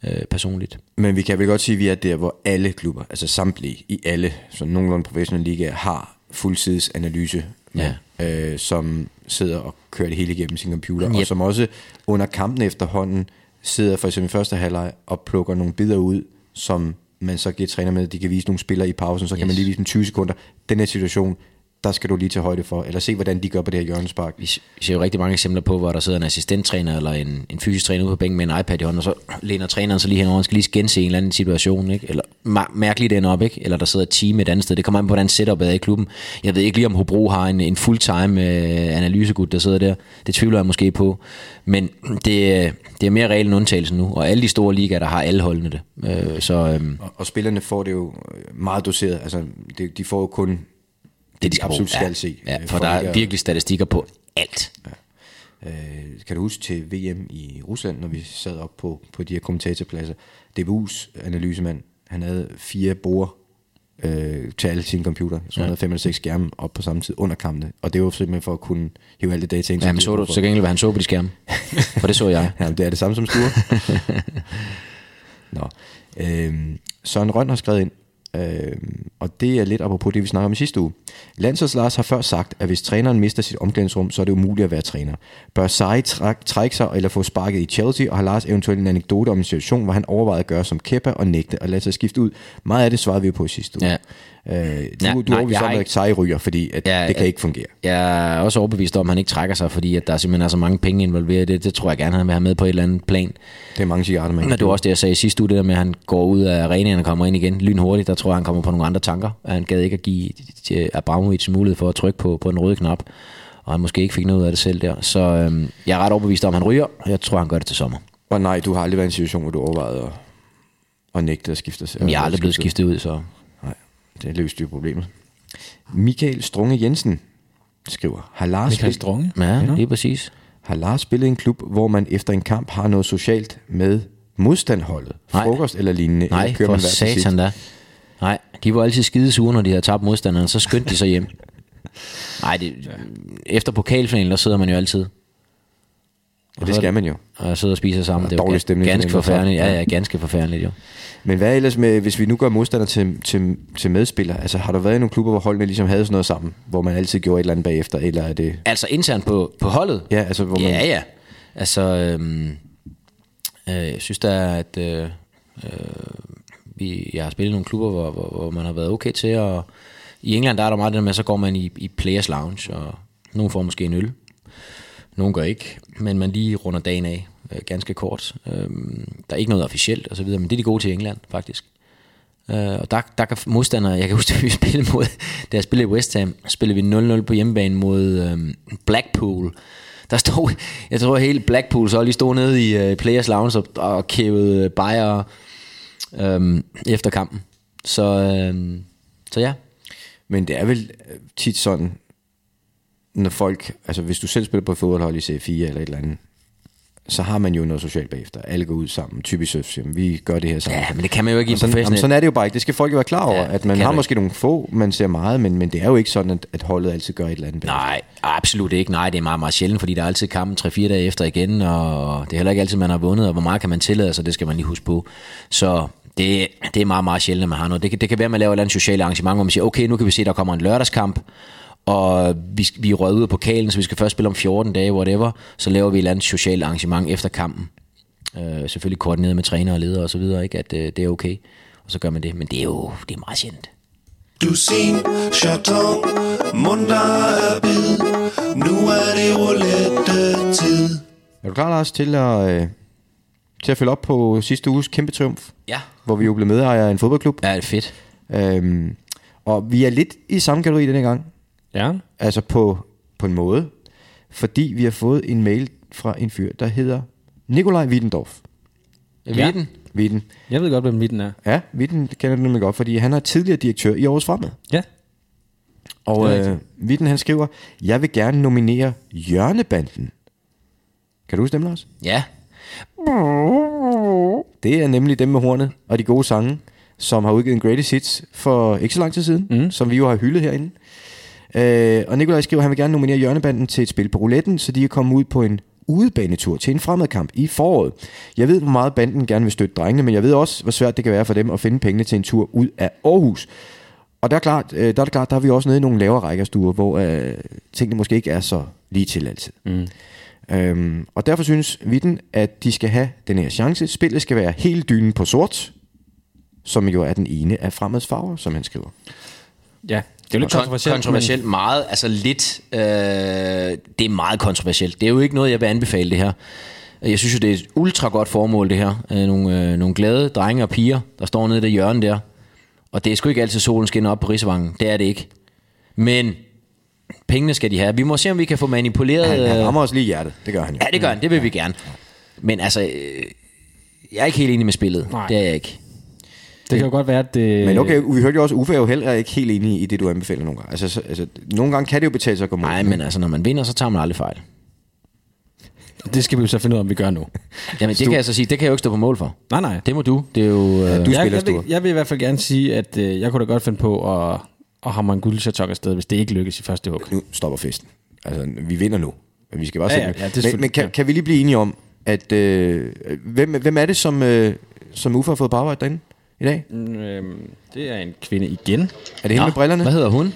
øh, personligt. Men vi kan vel godt sige, at vi er der, hvor alle klubber, altså samtlige i alle sådan nogenlunde professionelle ligaer, har fuldtidsanalyse, ja. øh, som sidder og kører det hele igennem sin computer, yep. og som også under kampen efterhånden sidder for eksempel i første halvleg og plukker nogle bidder ud, som man så giver træner med, de kan vise nogle spillere i pausen, så yes. kan man lige vise dem tyve sekunder. Den her situation, der skal du lige tage højde for, eller se, hvordan de gør på det her hjørnespark. Vi ser jo rigtig mange eksempler på, hvor der sidder en assistenttræner eller en, en fysisk træner ude på bænken med en iPad i hånden, og så læner træneren så lige henover, han skal lige gense en eller anden situation, ikke? Eller mær- mærkeligt den op, ikke? Eller der sidder et team et andet sted. Det kommer an på, hvordan setupet er i klubben. Jeg ved ikke lige, om Hobro har en, en fulltime øh, analysegud, der sidder der. Det tvivler jeg måske på. Men det, det er mere regel end undtagelse nu, og alle de store ligaer, der har alle holdene det. Øh, så, øh, og, og spillerne får det jo meget doseret. Altså, det, de får jo kun det, de, de absolut skal ja, se. Ja, for, for der er virkelig statistikker på alt. Ja. Øh, kan du huske til V M i Rusland, når vi sad op på, på de her kommentatorpladser, D B U's analysemand, han havde fire borer øh, til alle sine computer, så han ja. havde fem eller seks skærme op på samme tid under kampene, og det var simpelthen for at kunne hive alle det data ind. Ja, men så du så gengæld, hvad han så på de skærme? For det så jeg. Ja, det er det samme som Sture. Nå. Øh, Søren Røn har skrevet ind, Øh, og det er lidt apropos det vi snakker om i sidste uge. Landsholds Lars har før sagt, at hvis træneren mister sit omklædningsrum, så er det umuligt at være træner. Bør Sarri træk, trække sig eller få sparket i Chelsea, og har Lars eventuelt en anekdote om en situation, hvor han overvejede at gøre som Kepa og nægte og lade sig skifte ud. Meget af det svarede vi jo på i sidste uge. Ja. Øh, du ja, du er overbevist om, at Sarri ryger, fordi at ja, det kan ikke fungere. Jeg er også overbevist om, at han ikke trækker sig, fordi at der simpelthen er så mange penge involveret. Det, det tror jeg gerne, han vil have med på et eller andet plan. Det er mange cigaretter, man. Men det var også det, jeg sagde i sidste uge, det der med, at han går ud af arenaen og kommer ind igen lynhurtigt. Der tror jeg, han kommer på nogle andre tanker. Han gad ikke at give Abramovic mulighed for at trykke på, på en røde knap, og han måske ikke fik noget ud af det selv der. Så øhm, jeg er ret overbevist om, at han ryger, og jeg tror, han gør det til sommer. Og nej, du har aldrig været i en situation, hvor du overvejede at, at nægte at skifte sig. Jeg er aldrig blevet skiftet ud, så... Nej, det løste jo problemet. Michael Strunge Jensen skriver, har Lars Michael Strunge? Ja, ja, lige præcis. Har Lars spillet en klub, hvor man efter en kamp har noget socialt med modstandholdet? Nej. Frokost eller lignende? Nej, eller kører for man satan da. Nej, de var altid skide sure, når de havde tabt modstanderen, så skyndte de sig hjem. Nej, det, efter pokalfinalen, der sidder man jo altid. Ja, det skal man jo. Og sidder og spiser sammen. Det er dårlig stemning. Ganske forfærdeligt. Ja, ja, ganske forfærdeligt jo. Men hvad ellers med, hvis vi nu gør modstander til, til, til medspillere? Altså har der været i nogle klubber, hvor holdene ligesom havde sådan noget sammen, hvor man altid gjorde et eller andet bagefter, eller er det... Altså internt på, på holdet? Ja, altså hvor man... Ja, ja. Altså, øhm, øh, jeg synes da, at øh, øh, vi, jeg har spillet i nogle klubber, hvor, hvor, hvor man har været okay til, og i England der er der meget det der med, så går man i, i Players Lounge, og nogen får måske en øl. Nogen gør ikke, men man lige runder dagen af øh, ganske kort. Øhm, der er ikke noget officielt og så videre, men det er de gode til England faktisk. Øh, og der, der kan modstandere, jeg kan huske, at vi spillede mod, da jeg spillede i West Ham, spillede vi nul nul på hjemmebane mod øhm, Blackpool. Der stod, jeg tror hele Blackpool så lige stod nede i øh, Players Lounge og, og kævede bajer øhm, efter kampen. Så, øhm, så ja. Men det er vel tit sådan, når folk, altså hvis du selv spiller på et fodboldhold i C fire eller et eller andet, så har man jo noget socialt bagefter. Alle går ud sammen, typisk så vi gør det her sammen. Ja, men det kan man jo ikke i sådan, jamen, sådan er det jo bare ikke. Det skal folk jo være klar over, ja, at man har måske ikke. Nogle få, man ser meget, men, men det er jo ikke sådan, at, at holdet altid gør et eller andet bagefter. Nej, absolut ikke. Nej, det er meget, meget sjældent, fordi der er altid kampen tre fire dage efter igen, og det er heller ikke altid, man har vundet, og hvor meget kan man tillade sig, det skal man lige huske på. Så det, det er meget, meget sjældent, at man har noget. Det, det kan være, at man laver et eller andet socialt arrangement, hvor man siger, okay, nu kan vi se, der kommer en lørdagskamp, og vi, vi er røget ud af pokalen, så vi skal først spille om fjorten dage, whatever, så laver vi et eller andet socialt arrangement efter kampen. Øh, selvfølgelig koordineret med træner og ledere og så videre, ikke? At øh, det er okay, og så gør man det, men det er jo det er meget sjældent. Dusin, chaton, munter er bid, nu er det roulette-tid. Er du klar, Lars, til at, øh, til at følge op på sidste uges kæmpe triumf? Ja. Hvor vi jo blev medejer af en fodboldklub. Ja, det er fedt. Øhm, og vi er lidt i samme kategori denne gang. Ja. Altså på, på en måde. Fordi vi har fået en mail fra en fyr, der hedder Nikolaj Wittendorf. Ja. Witten? Witten. Jeg ved godt, hvem Witten er. Ja, Witten kender du nemlig godt, fordi han er tidligere direktør i Aarhus Fremad. Ja. Og øh, Witten han skriver, jeg vil gerne nominere Hjørnebanden. Kan du huske dem, Lars? Ja. Det er nemlig dem med hornet og de gode sange, som har udgivet en greatest hits for ikke så lang tid siden, mm. som vi jo har hyldet herinde. Øh, og Nikolaj skriver, at han vil gerne nominere Hjørnebanden til et spil på rouletten, så de kan komme ud på en udebanetur til en fremedkamp i foråret. Jeg ved, hvor meget banden gerne vil støtte drengene, men jeg ved også, hvor svært det kan være for dem at finde pengene til en tur ud af Aarhus. Og der er, klart, der er det klart, der er vi også nede i nogle lavere rækkerstuer, hvor øh, tingene måske ikke er så lige til altid. Mm. Øhm, og derfor synes Vitten, at de skal have den her chance. Spillet skal være hele dynen på sort, som jo er den ene af Fremads farver, som han skriver. Ja, det er jo lidt kontroversielt. Kontroversielt men... meget, altså lidt, øh, det er meget kontroversielt. Det er jo ikke noget, jeg vil anbefale det her. Jeg synes jo, det er et ultra godt formål det her. Øh, nogle, øh, nogle glade drenge og piger, der står nede i det hjørne der. Og det er sgu ikke altid solen skinner op på Risevangen. Det er det ikke. Men pengene skal de have. Vi må se, om vi kan få manipuleret... Ja, han rammer os lige i hjertet. Det gør han jo. Ja, det gør han. Det vil ja. vi gerne. Men altså, øh, jeg er ikke helt enig med spillet. Nej. Det er jeg ikke. Det kan jo godt være, at det... Men okay, vi hørte jo også, Uffe er jo heller ikke helt enig i det, du anbefaler nogle gange. Altså, så, altså nogle gange kan det jo betale sig at gå mod. Nej, men altså, når man vinder, så tager man aldrig fejl. Det skal vi jo så finde ud af, om vi gør nu. Jamen, det kan jeg så sige, det kan jeg jo ikke stå på mål for. Nej, nej. Det må du. Det er jo... Øh... Ja, du jeg, spiller jeg, vil, jeg vil i hvert fald gerne sige, at øh, jeg kunne da godt finde på at, at hamre en guldchatok afsted, hvis det ikke lykkes i første hug. Nu stopper festen. Altså, vi vinder nu. Men vi skal bare ja, ja, ja, men, men kan, kan vi lige blive enige om, at øh, hvem, hvem er det, som, øh, som Uffe har fået på arbejde derinde i dag? Mm, øh, det er en kvinde igen. Er det hende med brillerne? Hvad hedder hun?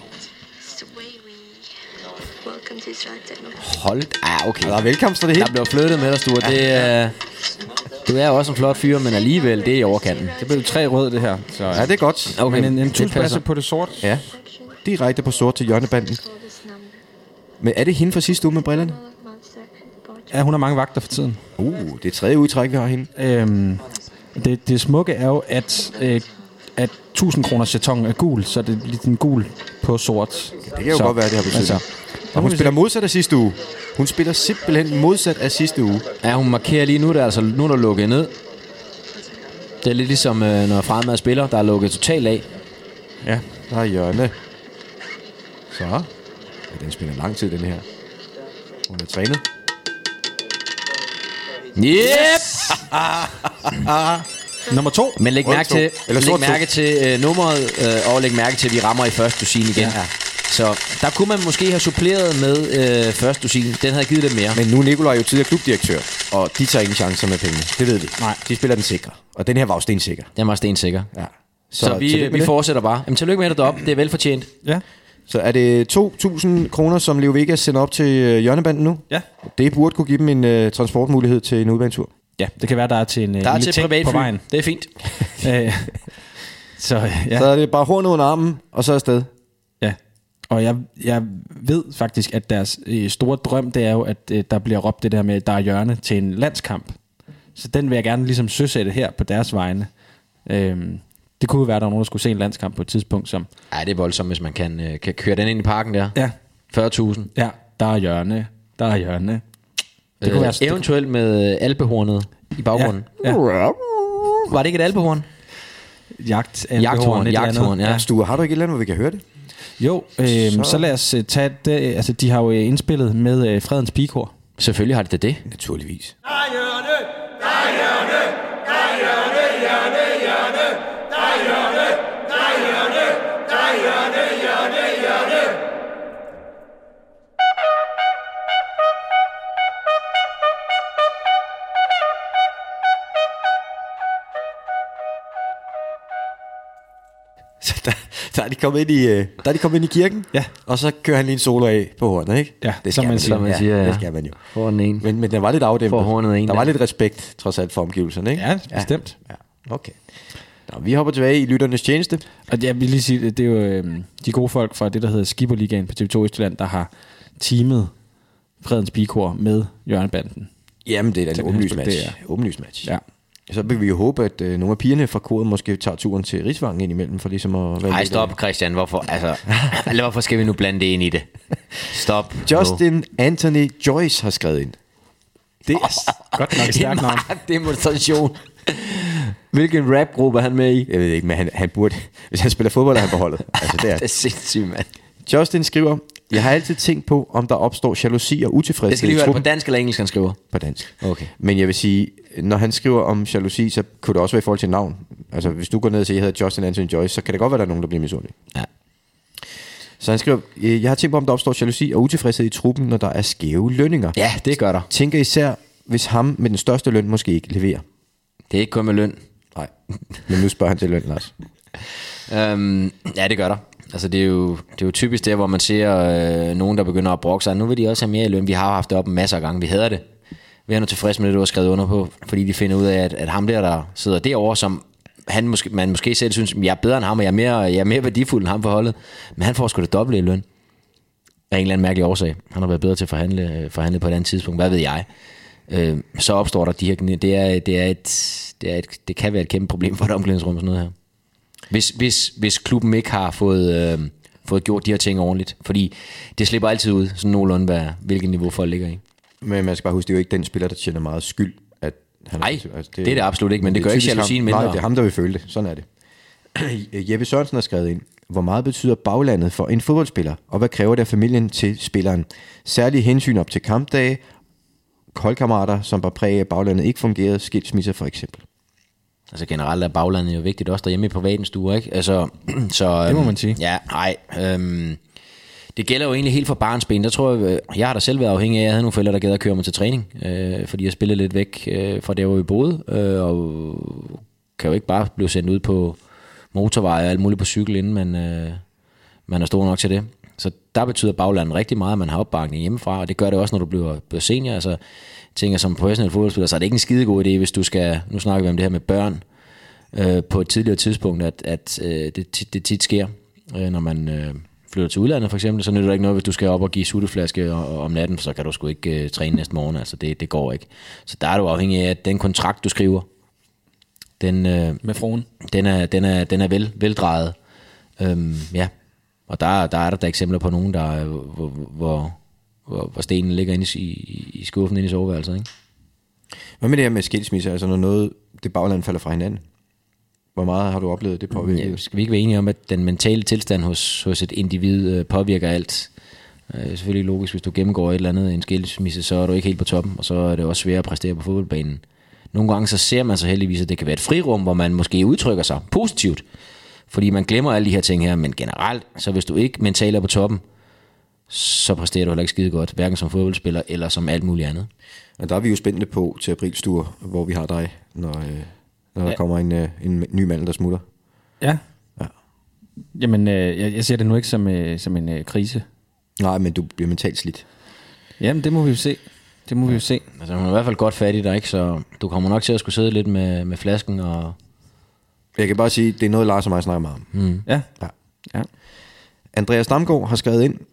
Hold... Ah, okay. Der er velkomst til det hele. Der bliver flyttet med dig, Sture. Ja. Det, uh, du er også en flot fyr, men alligevel, det er i overkanten. Det bliver tre røde, det her. Så, ja, det er godt. Okay. Men en, en tusbasse på det sort. Ja, direkte på sort til hjørnebanden. Men er det hende fra sidste uge med brillerne? Ja, hun har mange vagter for tiden. Uh, det er tredje udtræk, vi har hende. Øhm, det, det smukke er jo, at, øh, at tusind kroners jeton er gul, så det er lidt en gul på sort. Det kan jo så, godt være, det har betydet. Altså, og hun spiller modsat af sidste uge. Hun spiller simpelthen modsat af sidste uge. Ja, hun markerer lige nu, der altså nu er der lukket ned. Det er lidt ligesom, øh, når Fremad spiller, der er lukket totalt af. Ja, der er hjørne. Så. Ja, den spiller lang tid, den her. Hun er trænet. Yep! Nummer to. Men læg mærke til, læg mærke til øh, nummeret, øh, og læg mærke til, at vi rammer i første dusin igen. Ja. Så der kunne man måske have suppleret med øh, første dusin. Den havde givet lidt mere. Men nu er Nikolaj jo tidligere klubdirektør, og de tager ingen chancer med pengene. Det ved vi. Nej. De spiller den sikre. Og den her var jo stensikker. Den var stensikker. Ja. Så, så vi, vi fortsætter bare. Jamen, tillykke med det deroppe. Det er velfortjent. Ja. Så er det to tusind kroner, som Leo Vegas sender op til øh, hjørnebanden nu? Ja. Det burde kunne give dem en øh, transportmulighed til en udbanetur. Ja, det kan være, der er til en der er til privatfly på vejen. Det er fint. så, ja. så er det bare hornet under armen, og så afsted. Ja, og jeg, jeg ved faktisk, at deres øh, store drøm, det er jo, at øh, der bliver råbt det der med, at der er hjørne til en landskamp. Så den vil jeg gerne ligesom søsætte her på deres vegne. Øhm, det kunne jo være, at der var nogen, der skulle se en landskamp på et tidspunkt. Som Ej, det er voldsomt, hvis man kan, øh, kan køre den ind i parken der. Ja. fyrre tusind. Ja, der er hjørne, der er hjørne. Det kunne øh, være eventuelt med alpehornet i baggrunden. Ja, ja. Var det ikke et alpehorn? Jagt, jagthorn, jagthorn, ja. Stue, har du ikke et eller andet, hvor vi kan høre det? Jo, øh, så. så lad os tage det. Altså, de har jo indspillet med øh, Fredens Pigekor. Selvfølgelig har de det det. Naturligvis. Der er hjørne, der er hjørne, der er hjørne, hjørne, hjørne, der er hjørne, der er hjørne, der er hjørne, hjørne, hjørne. Så der, der, er de kommet ind i, der er de kommet ind i kirken, ja. Og så kører han lige en solo af på hornet, ikke? Ja, det skal man, siger, man siger, ja. Det skal man jo. For den ene. Men, men den var lidt afdæmpet. For hornet en. Der var lidt respekt, trods alt, for omgivelserne, ikke? Ja, bestemt. Ja, ja. Okay. Nå, vi hopper tilbage i lytternes tjeneste. Og jeg vil lige sige, det er jo øh, de gode folk fra det, der hedder Skipperligaen på T V to Østjylland, der har teamet Fredens Pigekor med hjørnebanden. Jamen, det er da en åbenlys match. Åbenlys match. Ja. Så vil vi jo håbe, at øh, nogle af pigerne fra koret måske tager turen til Rigsvangen ind imellem, for ligesom at... Nej, stop, Christian. Hvorfor, altså, hvorfor skal vi nu blande det ind i det? Stop. Justin no. Anthony Joyce har skrevet ind. Det er godt nok stærkt navn. Demonstration. Hvilken rapgruppe er han med i? Jeg ved ikke, men han, han burde... Hvis han spiller fodbold, er han på holdet. Altså, det er, det er sindssygt, mand. Justin skriver... Jeg har altid tænkt på, om der opstår jalousi og utilfredshed. Det skal lige være på dansk eller engelsk, han skriver. På dansk. Okay. Men jeg vil sige, når han skriver om jalousi, så kunne det også være i forhold til navn. Altså, hvis du går ned og siger, at jeg hedder Justin Anthony Joyce, så kan det godt være, der er nogen, der bliver misundelig. Ja. Så han skriver, jeg har tænkt på, om der opstår jalousi og utilfredshed i truppen, når der er skæve lønninger. Ja, det gør der. Tænker især, hvis ham med den største løn måske ikke leverer. Det er ikke kun med løn. Nej, men nu spørger han til løn, Lars. øhm, ja, det gør der. Altså det er jo, det er jo typisk der, hvor man ser øh, nogen, der begynder at brokke sig. Nu vil de også have mere i løn. Vi har haft det op en masse af gange. Vi hader det. Vi er nu tilfredse med det, du har skrevet under på. Fordi de finder ud af, at, at ham der, der sidder derovre, som han måske, man måske selv synes, jeg er bedre end ham, og jeg er mere, jeg er mere værdifuld end ham på holdet. Men han får sgu det dobbelte i løn. Af en eller anden mærkelig årsag. Han har været bedre til at forhandle, forhandle på et andet tidspunkt. Hvad ved jeg? Øh, så opstår der de her... Det, er, det, er et, det, er et, det kan være et kæmpe problem for et omklædningsrum og sådan noget her. Hvis, hvis, hvis klubben ikke har fået, øh, fået gjort de her ting ordentligt. Fordi det slipper altid ud, sådan nogenlunde, hvad, hvilket niveau folk ligger i. Men man skal bare huske, det er jo ikke den spiller, der tjener meget skyld. At han Nej, altså, det, det er det absolut ikke, men det, det gør ikke jalousien mindre. Nej, det er ham, der vil føle det. Sådan er det. Jeppe Sørensen har skrevet ind. Hvor meget betyder baglandet for en fodboldspiller? Og hvad kræver det af familien til spilleren? Særlige hensyn op til kampdage, holdkammerater, som bare præger af baglandet ikke fungerede, skilsmisser for eksempel. Altså generelt er baglandet jo vigtigt, også derhjemme i privaten stuer, ikke? Altså, så, det må man sige. Ja, nej. Øhm, det gælder jo egentlig helt fra barnsben. Der tror jeg, jeg har da selv været afhængig af, jeg havde nogle forældre, der gad at køre mig til træning, øh, fordi jeg spillede lidt væk øh, fra der, hvor vi boede, øh, og kan jo ikke bare blive sendt ud på motorvej og alt muligt på cykel, inden man, øh, man er stor nok til det. Så der betyder baglandet rigtig meget, at man har opbakning hjemmefra, og det gør det også, når du bliver, bliver senior. Altså, tænker som professionel fodboldspiller, så er det ikke en skidegod idé, hvis du skal, nu snakker vi om det her med børn, øh, på et tidligere tidspunkt, at, at øh, det, det tit sker, øh, når man øh, flytter til udlandet for eksempel, så nytter det ikke noget, hvis du skal op og give sutteflaske om natten, så kan du sgu ikke øh, træne næste morgen, altså det, det går ikke. Så der er du afhængig af, at den kontrakt, du skriver, den, øh, med fruen, den er, den er, den er vel, veldrejet. Øhm, ja, og der, der er der, der eksempler på nogen, der hvor, hvor, hvor, hvor stenen ligger inde i, i, i skuffen inde i soveværelset, ikke? Hvad med det her med skilsmisser? Altså når noget, det bagland falder fra hinanden? Hvor meget har du oplevet det påvirker? Ja, skal vi ikke være enige om, at den mentale tilstand hos, hos et individ øh, påvirker alt? Det er selvfølgelig logisk, hvis du gennemgår et eller andet en skilsmisse, så er du ikke helt på toppen, og så er det også svært at præstere på fodboldbanen. Nogle gange så ser man så heldigvis, at det kan være et frirum, hvor man måske udtrykker sig positivt, fordi man glemmer alle de her ting her, men generelt, så hvis du ikke mentalt er på toppen, så præsterer du heller ikke skide godt, hverken som fodboldspiller eller som alt muligt andet. Og der er vi jo spændte på til aprilstuer, hvor vi har dig, når, når der ja. kommer en, en ny mand, der smutter. Ja. Ja. Jamen, øh, jeg, jeg ser det nu ikke som, øh, som en øh, krise. Nej, men du bliver mentalt slidt. Jamen, det må vi jo se. Det må vi jo se. Altså, hun er i hvert fald godt fat i dig, ikke? Så du kommer nok til at skulle sidde lidt med, med flasken og... Jeg kan bare sige, det er noget, Lars og mig snakker meget om. Mm. Ja. Ja. Ja. Andreas Damgaard har skrevet ind.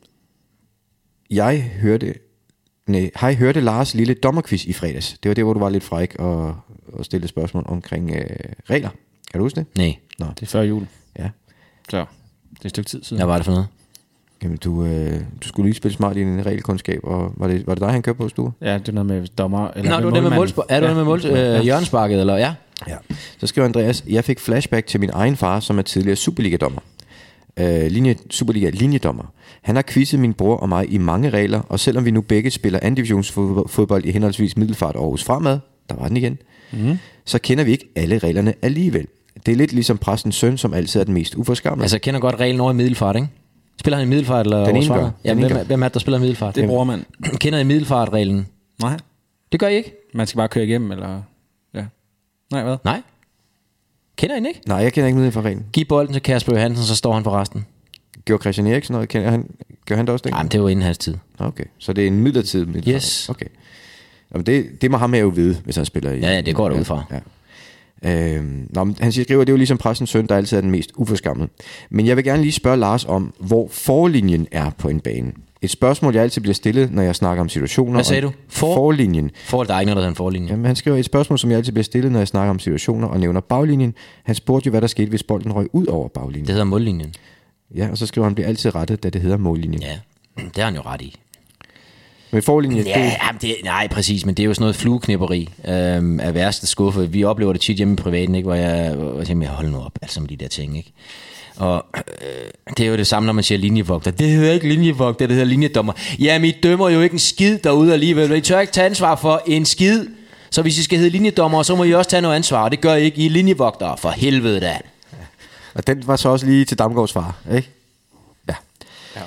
Jeg hørte... Nej, hej, hørte Lars lille dommerquiz i fredags. Det var det, hvor du var lidt fræk og, og stillede spørgsmål omkring øh, regler. Kan du huske det? Nej. Nå. Det er før jul. Ja. Så det er et stykke tid siden. Hvad var det for noget? Jamen, du, øh, du skulle lige spille smart i din regelkundskab, og var det, var det dig, han kørte på stue? Ja, det er noget med dommer. Eller Nå, med du er det med målspark. Er du ja. det med mål, øh, hjørnesparket, eller ja? Ja. Så skriver Andreas, jeg fik flashback til min egen far, som er tidligere Superliga-dommer. Øh, linje, Superliga-linjedommer. Han har quizzet min bror og mig i mange regler, og selvom vi nu begge spiller anden divisionsfodbold i henholdsvis Middelfart og Aarhus Fremad, der var den igen, mm. så kender vi ikke alle reglerne alligevel. Det er lidt ligesom præstens søn, som altid er den mest uforskammede. Altså, jeg kender godt reglen over i Middelfart, ikke? Spiller han i Middelfart eller den Aarhus ene gør. Fremad? Ja, hvem, er, hvem er det, der spiller i Middelfart? Det bruger man. Kender I Middelfart-reglen? Nej. Det gør I ikke? Man skal bare køre igennem, eller... Ja. Nej, hvad? Nej. Kender I den ikke? Nej, jeg kender ikke med for reglen. Giv bolden til Kasper Johansen, så står han for resten. Gjorde Christian Eriksen noget? Kender han, gør han det også det? Nej, men det var inden hans tid. Okay, så det er en midlertidig Middelfart. Yes. Okay. Jamen det, det må ham her jo vide, hvis han spiller i... Ja, ja, det går der ud fra. Ja. Øhm, nå, han skriver, at det er jo ligesom præstens søn, der altid er den mest uforskammede. Men jeg vil gerne lige spørge Lars om, hvor forlinjen er på en bane. Et spørgsmål, jeg altid bliver stillet, når jeg snakker om situationer. Hvad sagde du? For... Forlinjen. For, der er ikke noget, der hedder en forlinje. Jamen, han skriver et spørgsmål, som jeg altid bliver stillet, når jeg snakker om situationer og nævner baglinjen. Han spurgte jo, hvad der skete, hvis bolden røg ud over baglinjen. Det hedder mållinjen. Ja, og så skriver han, bliver altid rettet, da det hedder mållinjen. Ja, det har han jo ret i. Men forlinjen... Ja, det... jamen det, nej, præcis, men det er jo sådan noget flueknipperi øhm, af værste skuffe. Vi oplever det tit hjemme i privaten, ikke, hvor jeg, hvor jeg tænker, hold nu op, altså med de der ting, ikke? Og øh, det er jo det samme, når man siger linjevogter. Det hedder ikke linjevogter, det hedder linjedommer. Jamen, I dømmer jo ikke en skid derude alligevel. I tør ikke tage ansvar for en skid. Så hvis I skal hedde linjedommer, så må I også tage noget ansvar. Det gør I ikke. I er linjevogtere, for helvede da. Og den var så også lige til Damgaards far, ikke? Ja. Ja.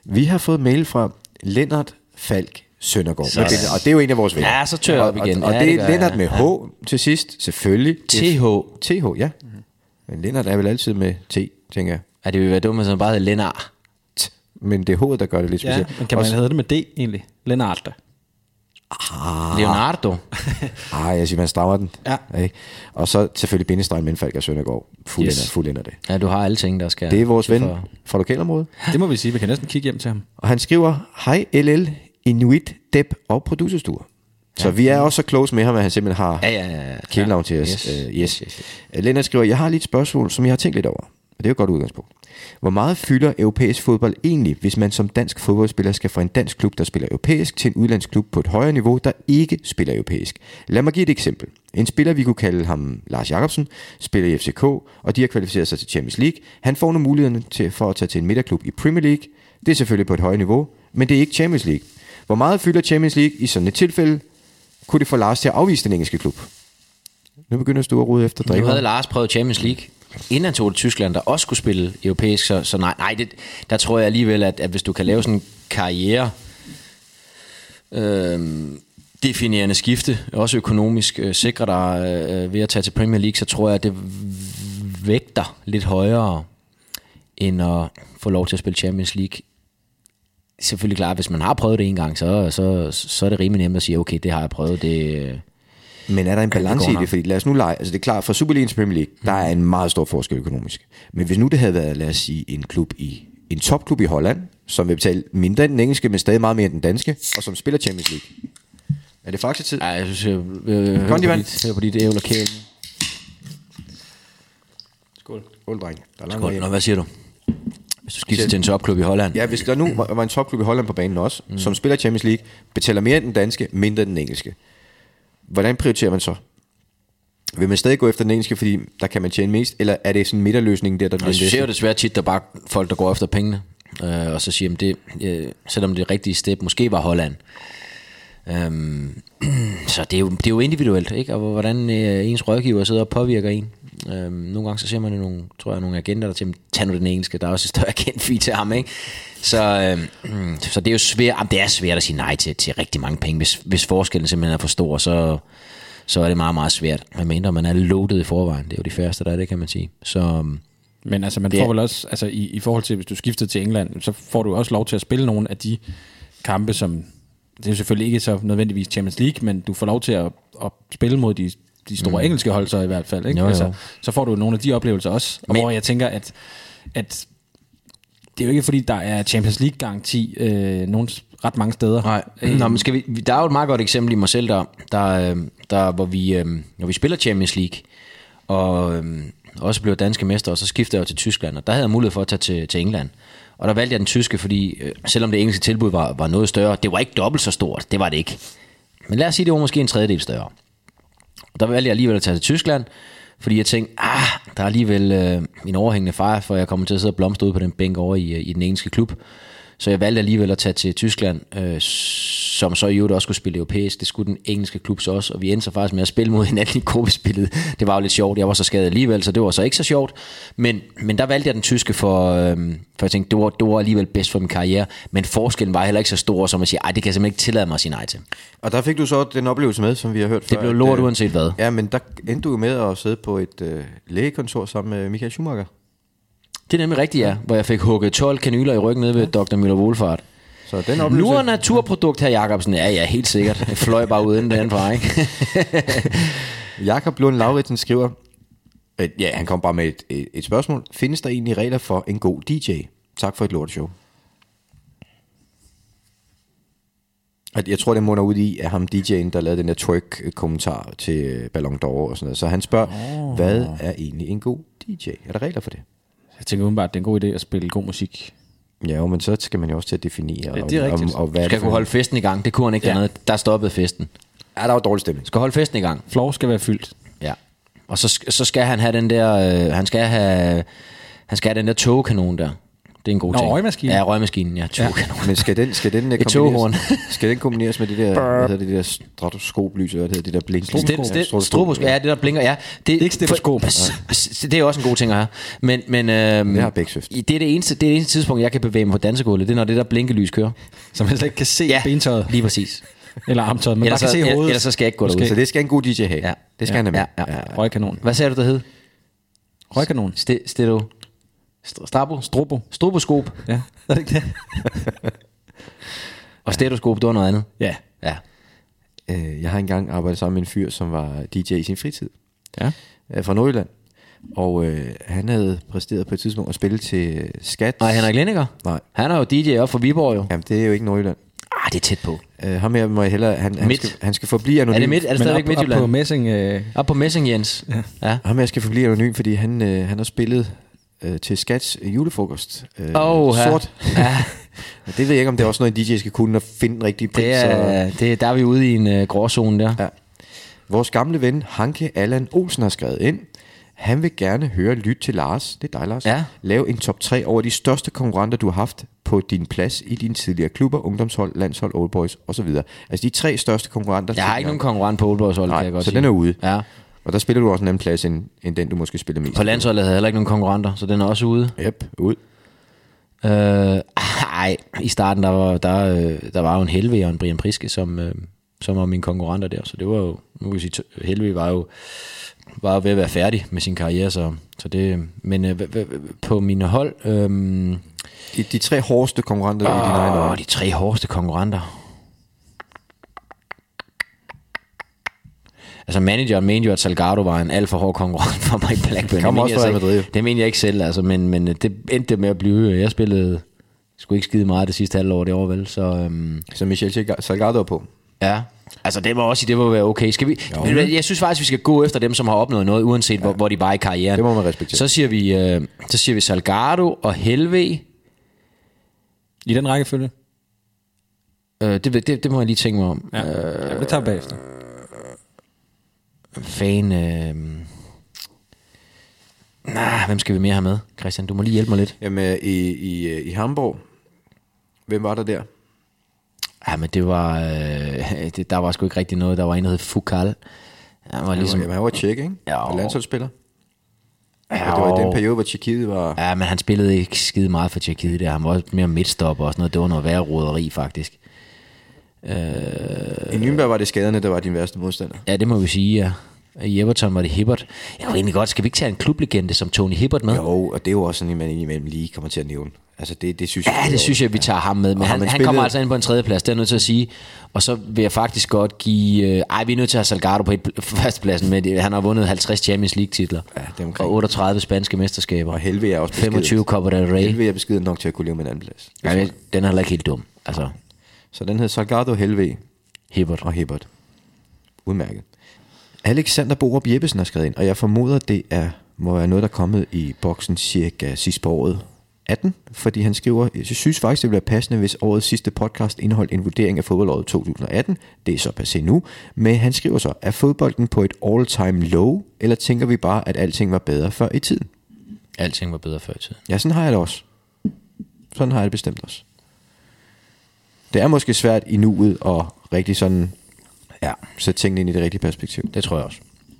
Vi har fået mail fra Lennart Falk Søndergaard. Så, og det er jo en af vores venner. Ja, så tør jeg op igen. Og, og, og ja, det er det Lennart med H ja. til sidst, selvfølgelig. T H. T H, ja. Men Lennart er vel altid med T, tænker jeg. Ja, det ville være dumt, hvis han bare hedder Lennart. Men det er H'et, der gør det lidt ja, specielt. men kan man Også, hedde det med D egentlig? Lennart. Ah. Leonardo. Ah, jeg siger, man stammer den. Ja. Okay. Og så selvfølgelig bindestreg med Falk og Søndergaard. Fuldender, yes. fuldender det. Ja, du har alle ting, der skal... Det er vores ven for... fra lokalområdet. Det må vi sige, vi kan næsten kigge hjem til ham. Og han skriver, hej L L, Inuit, Deb og producerstuer. Så ja. vi er også så close med ham, at han simpelthen har ja, ja, ja, ja. kælenavn til os. Yes. Uh, yes. Yes, yes. Lennart skriver, jeg har lige et spørgsmål, som jeg har tænkt lidt over. Og det er jo et godt udgangspunkt. Hvor meget fylder europæisk fodbold egentlig, hvis man som dansk fodboldspiller skal fra en dansk klub, der spiller europæisk, til en udlandsk klub på et højere niveau, der ikke spiller europæisk? Lad mig give et eksempel. En spiller, vi kunne kalde ham Lars Jacobsen, spiller i F C K, og de har kvalificeret sig til Champions League. Han får nu muligheden til, for at tage til en midterklub i Premier League. Det er selvfølgelig på et højere niveau, men det er ikke Champions League. Hvor meget fylder Champions League i sådan et tilfælde? Kunne det få Lars til at afvise den engelske klub? Nu begynder du at rode efter drikker. Nu havde Lars prøvet Champions League, inden han tog til Tyskland, der også skulle spille europæisk, så, så nej, nej det, der tror jeg alligevel, at, at hvis du kan lave sådan en karriere øh, definerende skifte, også økonomisk, øh, sikre dig øh, ved at tage til Premier League, så tror jeg, at det vægter lidt højere, end at få lov til at spille Champions League. Selvfølgelig klart, hvis man har prøvet det en gang, så, så, så er det rimelig nemt at sige, okay, det har jeg prøvet, det... Men er der en balance i det? Fordi lad os nu lege, altså det er klart, fra Superligaen til Premier League, der er en meget stor forskel økonomisk. Men hvis nu det havde været, lad os sige, en klub i en topklub i Holland, som vil betale mindre end den engelske, men stadig meget mere end den danske, og som spiller Champions League. Er det faktisk tid? Nej, jeg synes, jeg øh, hører, på dit, hører på dit ævl og kæle. Skål. Skål, dreng. Der er Skål. Nå, hvad siger du? Hvis du skifter til en topklub i Holland. Ja, hvis der nu var en topklub i Holland på banen også, mm. som spiller Champions League, betaler mere end den danske, mindre end den engelske. Hvordan prioriterer man så? Vil man stadig gå efter den engelske, fordi der kan man tjene mest, eller er det sådan en midterløsning der, der bliver det? Jeg ser jo desværre tit, der bare folk, der går efter pengene, øh, og så siger, det, øh, selvom det rigtige step måske var Holland. Øhm, så det er, jo, det er jo individuelt, ikke? Og hvordan øh, ens rådgiver sidder og påvirker en. Øhm, nogle gange så ser man nogle, tror jeg, nogle agenter, der til, tag nu den engelske, der er også et større agentfee til ham, ikke? Så, øhm, så det er jo svært, jamen, det er svært at sige nej til, til rigtig mange penge, hvis, hvis forskellen simpelthen er for stor, så, så er det meget, meget svært. Hvad mindre man er loaded i forvejen, det er jo de færreste, der er det, kan man sige. Så, men altså, man får vel også, altså i, i forhold til, hvis du skiftede til England, så får du også lov til at spille nogle af de kampe, som, det er jo selvfølgelig ikke så nødvendigvis Champions League, men du får lov til at, at spille mod de de store mm. engelske hold så i hvert fald, ikke? Jo, jo. Altså, så får du nogle af de oplevelser også, og men, hvor jeg tænker, at, at det er jo ikke fordi, der er Champions League-garanti øh, nogen ret mange steder. Nej, øh, Nå, men skal vi, der er jo et meget godt eksempel i mig selv, der, der, der hvor vi, øh, når vi spiller Champions League, og øh, også blev danske mester, og så skiftede jeg til Tyskland, og der havde jeg mulighed for at tage til, til England. Og der valgte jeg den tyske, fordi øh, selvom det engelske tilbud var, var noget større, det var ikke dobbelt så stort, det var det ikke. Men lad os sige, det var måske en tredjedel større. Og der valgte jeg alligevel at tage til Tyskland, fordi jeg tænkte, ah, der er alligevel øh, min overhængende far, for jeg kommer til at sidde og blomstre ud på den bænk over i, i den engelske klub. Så jeg valgte alligevel at tage til Tyskland, øh, som så i øvrigt også skulle spille europæisk. Det skulle den engelske klub så også, og vi endte så faktisk med at spille mod hinanden i gruppespillet. Det var jo lidt sjovt, jeg var så skadet alligevel, så det var så ikke så sjovt. Men, men der valgte jeg den tyske, for, øh, for jeg tænkte, det var, det var alligevel bedst for min karriere. Men forskellen var heller ikke så stor, som at sige, ej, det kan jeg simpelthen ikke tillade mig at sige nej til. Og der fik du så den oplevelse med, som vi har hørt før. Det blev lort uanset hvad. Ja, men der endte du med at sidde på et øh, lægekontor sammen med Michael Schumacher. Det er nemlig rigtigt, ja. Hvor jeg fik hugget tolv kanyler i ryggen nede ved doktor Müller-Wohlfahrt. Så den oplevelse... Nu er naturprodukt her, Jacobsen. Ja, ja, helt sikkert. Jeg fløj bare uden den fra, ikke? Jakob Lund Lauritsen skriver, at, ja, han kom bare med et, et, et spørgsmål. Findes der egentlig regler for en god D J? Tak for et lorteshow. Jeg tror, det munder ud i, at ham D J'en, der lavede den der twerk-kommentar til Ballon d'Or og sådan noget. Så han spørger, oh. hvad er egentlig en god D J? Er der regler for det? Jeg tænker udenbart, at det er en god idé at spille god musik. Ja, jo, men så skal man jo også til at definere. Ja, det er om, rigtigt. om, og hvad skal kunne holde festen i gang. Det kunne han ikke ja. dernede. Der stoppede festen. Ja, der var dårlig stemning. Skal holde festen i gang. Floor skal være fyldt. Ja. Og så, så skal han have den der, øh, han skal have, han skal have den der togkanon der. Det er en god Nå, ting. røgmaskinen. Ja, røgmaskinen, ja. Togkanoner. Men skal den, skal den, Et toghorn. skal den kombineres med det der, hvad hedder det, det der stratoskoplys, eller hvad hedder det der blink? Stroboskop, ja, det der blinker, ja. Det, ikke stetoskop. Det er også en god ting at have. Men, men øhm, det har begge søster. det er det eneste, det er det eneste tidspunkt, jeg kan bevæge mig på dansegulvet. Det er, når det der blinkelys kører. Så man slet ikke kan se ja, bentøjet. lige præcis. Eller armtøjet, men Ellers bare kan så, se hovedet. Ellers så skal jeg ikke gå derud. Så det skal en god D J have. Ja. Det skal ja. han have med. Ja, ja. Ja, røgkanon. Hvad sagde du, der hed? Røgkanon. Stedo. Strabo? Strobo. Stroboskop. Ja, er det ikke det? Og stereoskop, det var noget andet. Ja. Ja. Øh, jeg har engang arbejdet sammen med en fyr, som var D J i sin fritid. Ja. Øh, fra Nordjylland. Og øh, han havde præsteret på et tidspunkt at spille til Skat. Nej, Henrik Lindinger? Nej. Han er jo D J op for Viborg jo. Jamen, det er jo ikke Nordjylland. Ah, det er tæt på. Øh, ham her må jeg hellere... Han, han, skal, han skal forblive anonym. Er det midt? Er det stadigvæk Men op, Midtjylland? op på Messing... Øh... Op på Messing, Jens. Ja. ja. Ham her skal forblive anonym, fordi han, øh, han har spillet øh, til Skats julefrokost. Øh, Oh, sort. Ja. Det ved jeg ikke, om det er også noget, en D J skal kunne at finde den rigtige pris. Det er, det er, der er vi ude i en uh, gråzone der. Ja. Vores gamle ven Hanke Allan Olsen har skrevet ind. Han vil gerne høre lyt til Lars, det er dig Lars, ja. lave en top tre over de største konkurrenter, du har haft på din plads i dine tidligere klubber, ungdomshold, landshold, Old Boys osv. Altså de tre største konkurrenter. Jeg har ikke nogen konkurrent på Old Boys hold, Nej, kan jeg godt så sige. den er ude. Ja. Og der spiller du også en anden plads, end, end den du måske spiller mest. På landsholdet havde jeg heller ikke nogen konkurrenter, så den er også ude. Yep, ud. Øh, ej, i starten der var, der, øh, der var jo en Helve og en Brian Priske, som, øh, som var mine konkurrenter der. Så det var jo, nu kan jeg sige, Helve var jo, var jo ved at være færdig med sin karriere. Så, så det, men øh, på mine hold... Øh, de, de tre hårdeste konkurrenter åh, i dine egne øjne. De tre hårdeste konkurrenter... Altså manageren mente jo, at Salgado var en alt for hård konkurrent for mig i Blackburn. Kom også fra Madrid. Det mener jeg ikke selv, altså, men, men det endte med at blive... Jeg spillede sgu ikke skide meget det sidste halvår derovre, vel? Så, øhm, så Michel Salgado er på? Ja. Altså det var også det må være okay. Skal vi? Men, jeg synes faktisk vi skal gå efter dem som har opnået noget, uanset ja. hvor, hvor de var i karrieren. Det må man respektere. Så siger vi, øh, så siger vi Salgado og Helve. I den rækkefølge? Øh, det, det, det må jeg lige tænke mig om. Ja, øh, ja det tager bagefter. Fan. Øh... Nah, hvem skal vi mere have med? Christian, du må lige hjælpe mig lidt. Jamen i, i, i Hamburg, hvem var der der? Ja, men det var øh, det, der var sgu ikke rigtig noget. Der var en der hed Foucault. Han var ligesom han var tjek, ikke? Ja, og landsholdsspiller. Ja, og det var i den periode hvor Tjekkiet var. Ja, men han spillede ikke skide meget for Tjekkiet der. Han var også mere midtstopper og sådan noget. Det var noget værre roderi faktisk. Øh... I Nürnberg var det skaderne, der var din værste modstander. Ja, det må vi sige, ja. I Everton var det Hibbert. Jeg kunne egentlig godt, skal vi ikke tage en klublegende som Tony Hibbert med? Jo, og det er jo også sådan, at man indimellem lige kommer til at nævne. Altså det, det synes ja, jeg. Ja, det synes jeg, vi tager ham med. Men han, han kommer altså ind på en tredje plads, det er jeg nødt til at sige. Og så vil jeg faktisk godt give... Øh, ej, vi er nødt til at have Salgado på et, førstepladsen med. Han har vundet halvtreds Champions League titler. Ja, det er og otteogtredive spanske mesterskaber. Og Helve er også beskeden. femogtyve Copa del Rey. Helve er beskeden nok til at kunne leve med en anden plads. Ja, den er heller ikke helt dum. Altså. Så den hedder Salgado, Helve, Hibbert og Hibbert. Udmærket. Alexander Borup Jeppesen har skrevet ind, og jeg formoder, det er, må være noget, der er kommet i boksen cirka sidst på året atten, fordi han skriver, jeg synes faktisk, det ville være passende, hvis årets sidste podcast indeholdt en vurdering af fodboldåret to tusind atten. Det er så passé nu, men han skriver så, er fodbolden på et all-time low, eller tænker vi bare, at alting var bedre før i tiden? Alting var bedre før i tiden. Ja, sådan har jeg det også. Sådan har jeg det bestemt også. Det er måske svært i nuet at rigtig sådan... Ja, sætte tingene ind i det rigtige perspektiv. Det tror jeg også.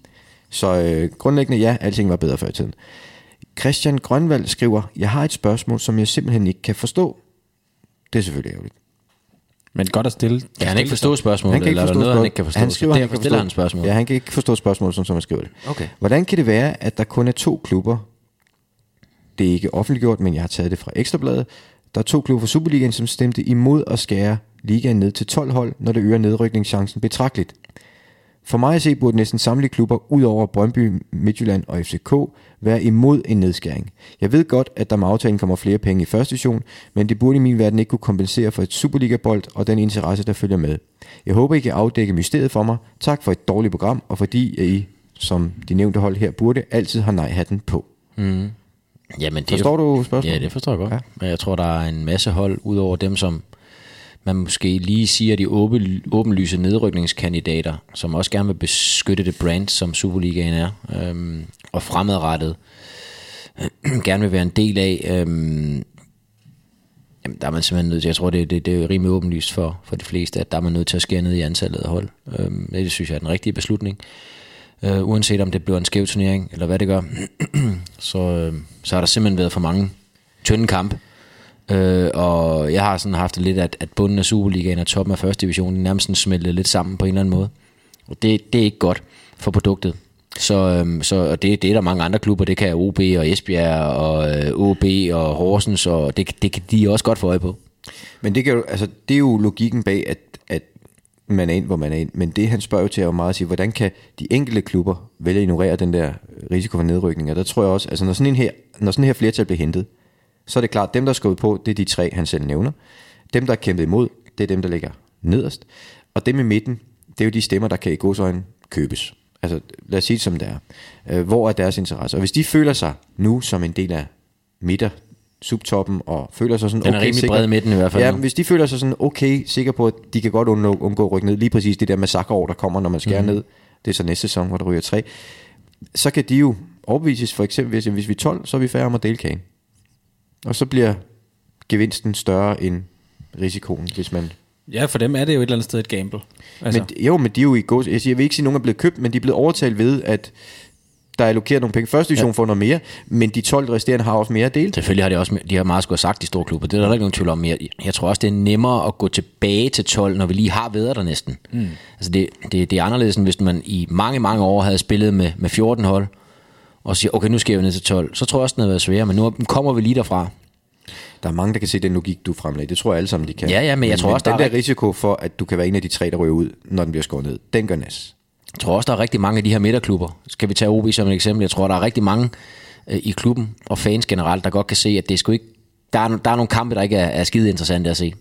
Så øh, grundlæggende ja, alting var bedre før i tiden. Christian Grønvald skriver, jeg har et spørgsmål, som jeg simpelthen ikke kan forstå. Det er selvfølgelig ærgerligt. Men godt at stille. Kan han ikke forstå spørgsmålet, han kan ikke eller forstå er der noget, han ikke kan forstå? Han skriver, det han kan stiller forstå, han spørgsmål. Ja, han kan ikke forstå spørgsmålet, som, som han skriver det. Okay. Hvordan kan det være, at der kun er to klubber? Det er ikke offentliggjort, men jeg har taget det fra Ekstrabladet. Der er to klubber fra Superligaen, som stemte imod at skære ligaen ned til tolv hold, når det øger nedrykningschancen betragteligt. For mig at se burde næsten samtlige klubber, ud over Brøndby, Midtjylland og F C K, være imod en nedskæring. Jeg ved godt, at der med aftalen kommer flere penge i første division, men det burde i min verden ikke kunne kompensere for et Superliga-bold og den interesse, der følger med. Jeg håber, I kan afdække mysteriet for mig. Tak for et dårligt program, og fordi I, som de nævnte hold her burde, altid har nej-hatten på. Mm. Jamen, det forstår du spørgsmålet? Ja, det forstår jeg godt. Ja. Men jeg tror, der er en masse hold, ud over dem, som man måske lige siger, de åben, åbenlyse nedrykningskandidater, som også gerne vil beskytte det brand, som Superligaen er, øhm, og fremadrettet øh, gerne vil være en del af. Øhm, Jamen, der er man simpelthen nødt til, jeg tror, det, det, det er rimelig åbenlyst for, for de fleste, at der er man nødt til at skære ned i antallet af hold. Øhm, det synes jeg er den rigtige beslutning. Øh, uanset om det bliver en skæv turnering, eller hvad det gør, så, øh, så har der simpelthen været for mange tynde kampe. Øh, og jeg har sådan haft det lidt, at, at bunden af Superligaen og toppen af første division nærmest sådan smeltet lidt sammen på en eller anden måde. Og det, det er ikke godt for produktet. Så, øhm, så og det, det er der mange andre klubber, det kan O B og Esbjerg og øh, O B og Horsens, og det, det kan de også godt få øje på. Men det, kan jo, altså, det er jo logikken bag, at, at man er ind, hvor man er ind. Men det han spørger jo til er jo meget at sige, hvordan kan de enkelte klubber vælge at ignorere den der risiko for nedrykning? Og der tror jeg også, altså når sådan en her, når sådan her flertal bliver hentet, så er det klart, dem der er skåret på, det er de tre, han selv nævner. Dem der er kæmpet imod, det er dem der ligger nederst. Og dem i midten, det er jo de stemmer, der kan i godsøjne købes. Altså lad os sige det som det er. Hvor er deres interesse? Og hvis de føler sig nu som en del af midter, subtoppen, og føler sig sådan den er okay rimelig sikker, bred midten i hvert fald. Ja, hvis de føler sig sådan okay sikker på, at de kan godt undgå, undgå at rykke ned, lige præcis det der massakreår, der kommer, når man skærer mm. ned, det er så næste sæson, hvor der ryger tre, så kan de jo overbevises, for eksempel hvis, hvis vi er tolv, så er vi færre om at dele kagen. Og så bliver gevinsten større end risikoen, hvis man... Ja, for dem er det jo et eller andet sted et gamble. Altså. Men, jo, men de er jo i gås... Jeg, siger, jeg vil ikke sige, at nogen er blevet købt, men de er blevet overtalt ved, at der er allokeret nogle penge. Første division ja. får noget mere, men de tolv resterende har også mere at dele. Selvfølgelig har de også de har meget skulle have sagt, de store klubber. Det er der ikke nogen tvivl om. Jeg, jeg tror også, det er nemmere at gå tilbage til tolv, når vi lige har været der næsten. Mm. Altså det, det, det er anderledes, end hvis man i mange, mange år havde spillet med, med fjorten hold, og siger, okay, nu skal jeg ned til tolv. Så tror jeg også, det havde været sværere, men nu kommer vi lige derfra. Der er mange, der kan se den logik, du fremlagde. Det tror jeg alle sammen, de kan. Ja, ja, men jeg men, tror men også, den der, der der risiko for, at du kan være en af de tre, der ryger ud, når den bliver skåret ned, den gør næs. Jeg tror også, der er rigtig mange af de her midterklubber. Skal vi tage O B som et eksempel? Jeg tror, der er rigtig mange øh, i klubben og fans generelt, der godt kan se, at det er sgu ikke... Der er, der er nogle kampe, der ikke er, er skide interessante at se.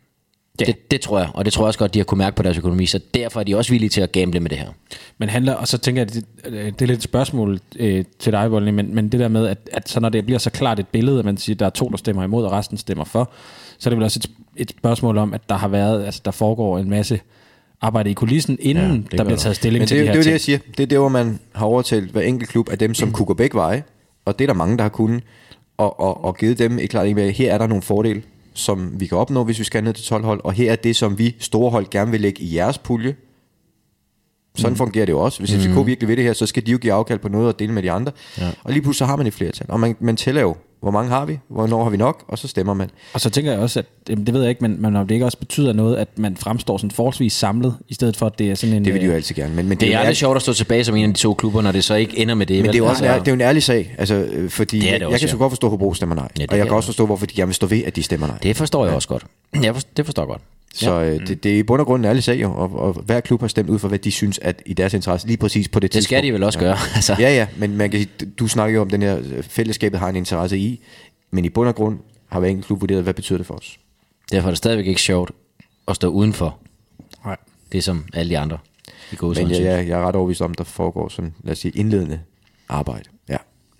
Ja. Det, det tror jeg, og det tror jeg også godt, de har kunne mærke på deres økonomi, så derfor er de også villige til at gamble med det her. Men handler, og så tænker jeg, det, det er lidt et spørgsmål øh, til dig, Volny, men, men det der med, at, at så når det bliver så klart et billede, at man siger, at der er to, der stemmer imod, og resten stemmer for, så er det vel også et, et spørgsmål om, at der har været, altså der foregår en masse arbejde i kulissen, inden ja, der bliver taget stilling men til det, de her det er jo det, ting. jeg siger. Det er det, hvor man har overtalt hver enkelt klub af dem, som mm. kunne gå begge veje, og det er der mange, der har kunnet, og, og, og givet dem et klart en med, her er der nogle fordele, som vi kan opnå, hvis vi skal ned til tolv hold, og her er det, som vi store hold gerne vil lægge i jeres pulje. Sådan mm. fungerer det jo også. Hvis F C K mm. virkelig vil det her, så skal de jo give afkald på noget og dele med de andre. Ja. Og lige pludselig så har man et flertal. Og man, man tæller jo, hvor mange har vi, hvornår har vi nok, og så stemmer man. Og så tænker jeg også, at det ved jeg ikke, men, men om det ikke også betyder noget, at man fremstår sådan forholdsvis samlet, i stedet for, at det er sådan en... Det vil de jo altid gerne. Men, men det, det er aldrig sjovt at stå tilbage som en af de to klubber, når det så ikke ender med det. Men det er jo også altså, det er jo en ærlig sag, altså, fordi det det også, jeg kan så ja. godt forstå, at Hobro stemmer nej. Ja, og jeg kan også forstå, hvorfor de gerne vil stå ved, at de stemmer nej. Det forstår jeg ja. også godt. Jeg for, det forstår jeg godt. Så ja. øh, det, det er i bund og grund en ærlig sag jo, og, og hver klub har stemt ud for, hvad de synes, at i deres interesse, lige præcis på det tidspunkt. Det skal de vel også ja. gøre. Altså. Ja, ja, men man kan sige, du snakker jo om, den her fællesskabet har en interesse i, men i bund og grund har hver enkelt klub vurderet, hvad betyder det for os. Derfor er det stadigvæk ikke sjovt at stå udenfor. Nej. Det er som alle de andre. De gode men jeg, jeg, jeg er ret overbevist om, der foregår sådan, lad os sige, indledende arbejde. Ja.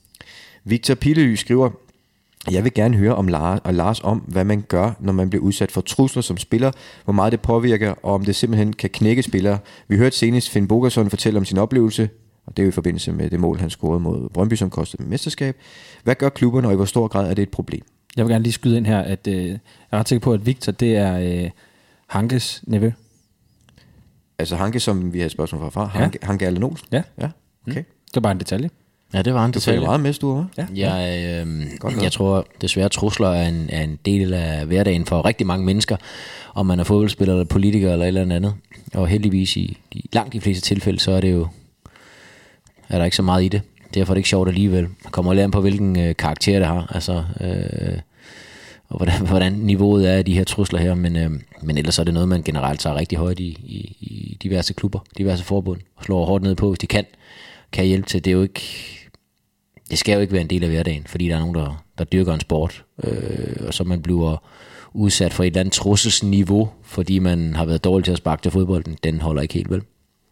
Victor Pillely skriver, jeg vil gerne høre om Lars, og Lars om, hvad man gør, når man bliver udsat for trusler som spiller, hvor meget det påvirker, og om det simpelthen kan knække spillere. Vi hørte senest Finn Bogason fortælle om sin oplevelse, og det er jo i forbindelse med det mål, han scorede mod Brøndby, som kostede mesterskab. Hvad gør klubberne, og i hvor stor grad er det et problem? Jeg vil gerne lige skyde ind her, at øh, jeg er ret sikker på, at Victor, det er øh, Hankes nevø. Altså Hanke, som vi havde spørgsmål fra, fra. Hanke, ja. Hanke Allen Olsen? Ja. Ja, okay. Mm. Det var bare en detalje. Ja, det var en detalje. Du meget med, du, ja. Jeg, øh, jeg tror desværre, trusler er en, er en del af hverdagen for rigtig mange mennesker, om man er fodboldspiller eller politiker eller et eller andet. Og heldigvis i de, langt de fleste tilfælde, så er det jo er der ikke så meget i det. Derfor er det ikke sjovt alligevel. Man kommer lige an på, hvilken øh, karakter det har, altså, øh, og hvordan, hvordan niveauet er af de her trusler her. Men, øh, men ellers er det noget, man generelt tager rigtig højt i, i, i diverse klubber, diverse forbund, og slår hårdt ned på, hvis de kan. Kan hjælpe til. Det er jo ikke, det skal jo ikke være en del af hverdagen, fordi der er nogen, der, der dyrker en sport, øh, og så man bliver udsat for et eller andet trusselsniveau, fordi man har været dårlig til at sparke til fodbolden. Den holder ikke helt vel.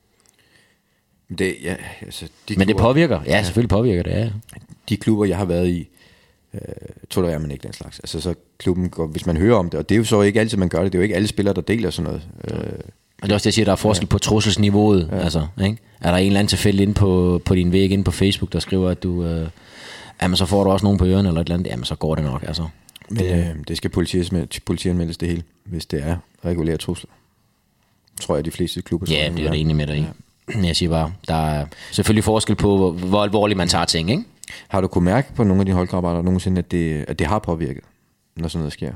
Det, ja, altså, de Men klubber, det påvirker. Ja, selvfølgelig påvirker det, ja. De klubber, jeg har været i, øh, tror der er man ikke den slags. Altså så klubben går, hvis man hører om det, og det er jo så ikke altid, man gør det. Det er jo ikke alle spillere, der deler sådan noget. Øh, Og det er også det, jeg siger, der er forskel ja. på trusselsniveauet. Ja. Altså, ikke? Er der en eller anden tilfælde inde på, på din væg inde på Facebook, der skriver, at du, øh, jamen, så får du også nogen på ørerne eller et eller andet, jamen så går det nok. Altså. Men det, øh, det skal politianmeldes det hele, hvis det er regulære trusler. Tror jeg, de fleste klubber... Ja, det er det enig med dig i. Ja. Jeg siger bare, der er selvfølgelig forskel på, hvor, hvor alvorligt man tager ting, ikke? Har du kunnet mærke på nogle af dine holdkammerater nogensinde, at det, at det har påvirket, når sådan noget sker?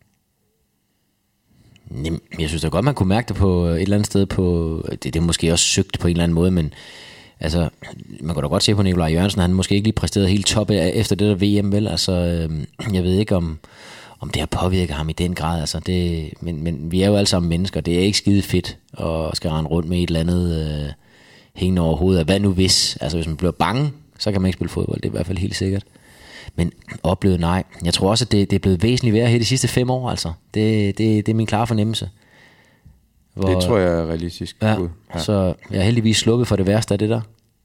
Jeg synes da godt, man kunne mærke det på et eller andet sted på... Det, det er måske også søgt på en eller anden måde, men... Altså, man kan da godt se på Nikolaj Jørgensen, han måske ikke lige præsteret helt top efter det der V M, vel? Altså, øh, jeg ved ikke, om, om det har påvirket ham i den grad, altså. Det, men, men vi er jo alle sammen mennesker, det er ikke skide fedt at skal rende rundt med et eller andet øh, hængende over hovedet. Hvad nu hvis? Altså, hvis man bliver bange, så kan man ikke spille fodbold, det er i hvert fald helt sikkert. Men oplevet nej. Jeg tror også, at det, det er blevet væsentligt værre her de sidste fem år, altså. Det, det, det er min klare fornemmelse. Hvor, det tror jeg er realistisk. Ja, ja. Så jeg er heldigvis sluppet for det værste af det der.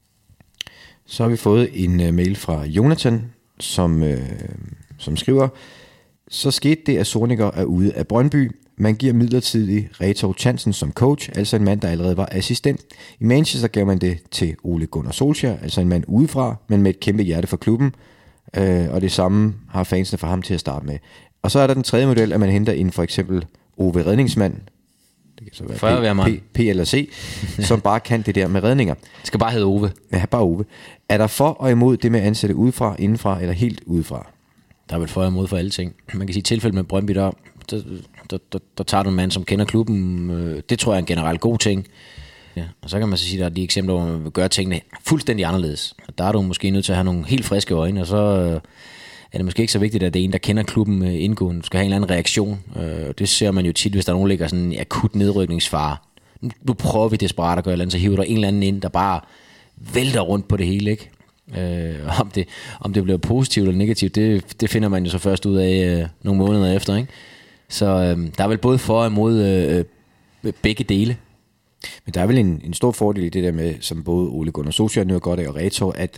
Så har vi fået en uh, mail fra Jonathan, som, uh, som skriver: Så skete det, at Zorniger er ude af Brøndby. Man giver midlertidigt Reto Chansen som coach, altså en mand, der allerede var assistent. I Manchester gav man det til Ole Gunnar Solskjaer, altså en mand udefra, men med et kæmpe hjerte for klubben. Uh, og det samme har fansene for ham til at starte med. Og så er der den tredje model, at man henter ind for eksempel Ove Redningsmand, det kan så være P, P, P eller C, som bare kan det der med redninger. Det skal bare hedde Ove. Ja, bare Ove. Er der for og imod det med at ansætte udefra, indenfra eller helt udefra? Der er vel for og imod for alle ting. Man kan sige, tilfælde med Brøndby, der, der, der, der, der tager du en mand, som kender klubben. Det tror jeg er en generelt god ting. Ja, og så kan man så sige, at der er de eksempler, hvor man vil gøre tingene fuldstændig anderledes. Og der er du måske nødt til at have nogle helt friske øjne, og så er det måske ikke så vigtigt, at det er en, der kender klubben indgående, skal have en eller anden reaktion. Det ser man jo tit, hvis der er nogen, der ligger sådan en akut nedrykningsfare. Nu prøver vi desperat at gøre et eller andet, så hiver der en eller anden ind, der bare vælter rundt på det hele, ikke? Øh, om, det, om det bliver positivt eller negativt, det, det finder man jo så først ud af øh, nogle måneder efter, ikke? Så øh, der er vel både for og imod øh, begge dele. Men der er vel en, en stor fordel i det der med, som både Ole Gunnar Solskjaer nyder godt af, og Reto, at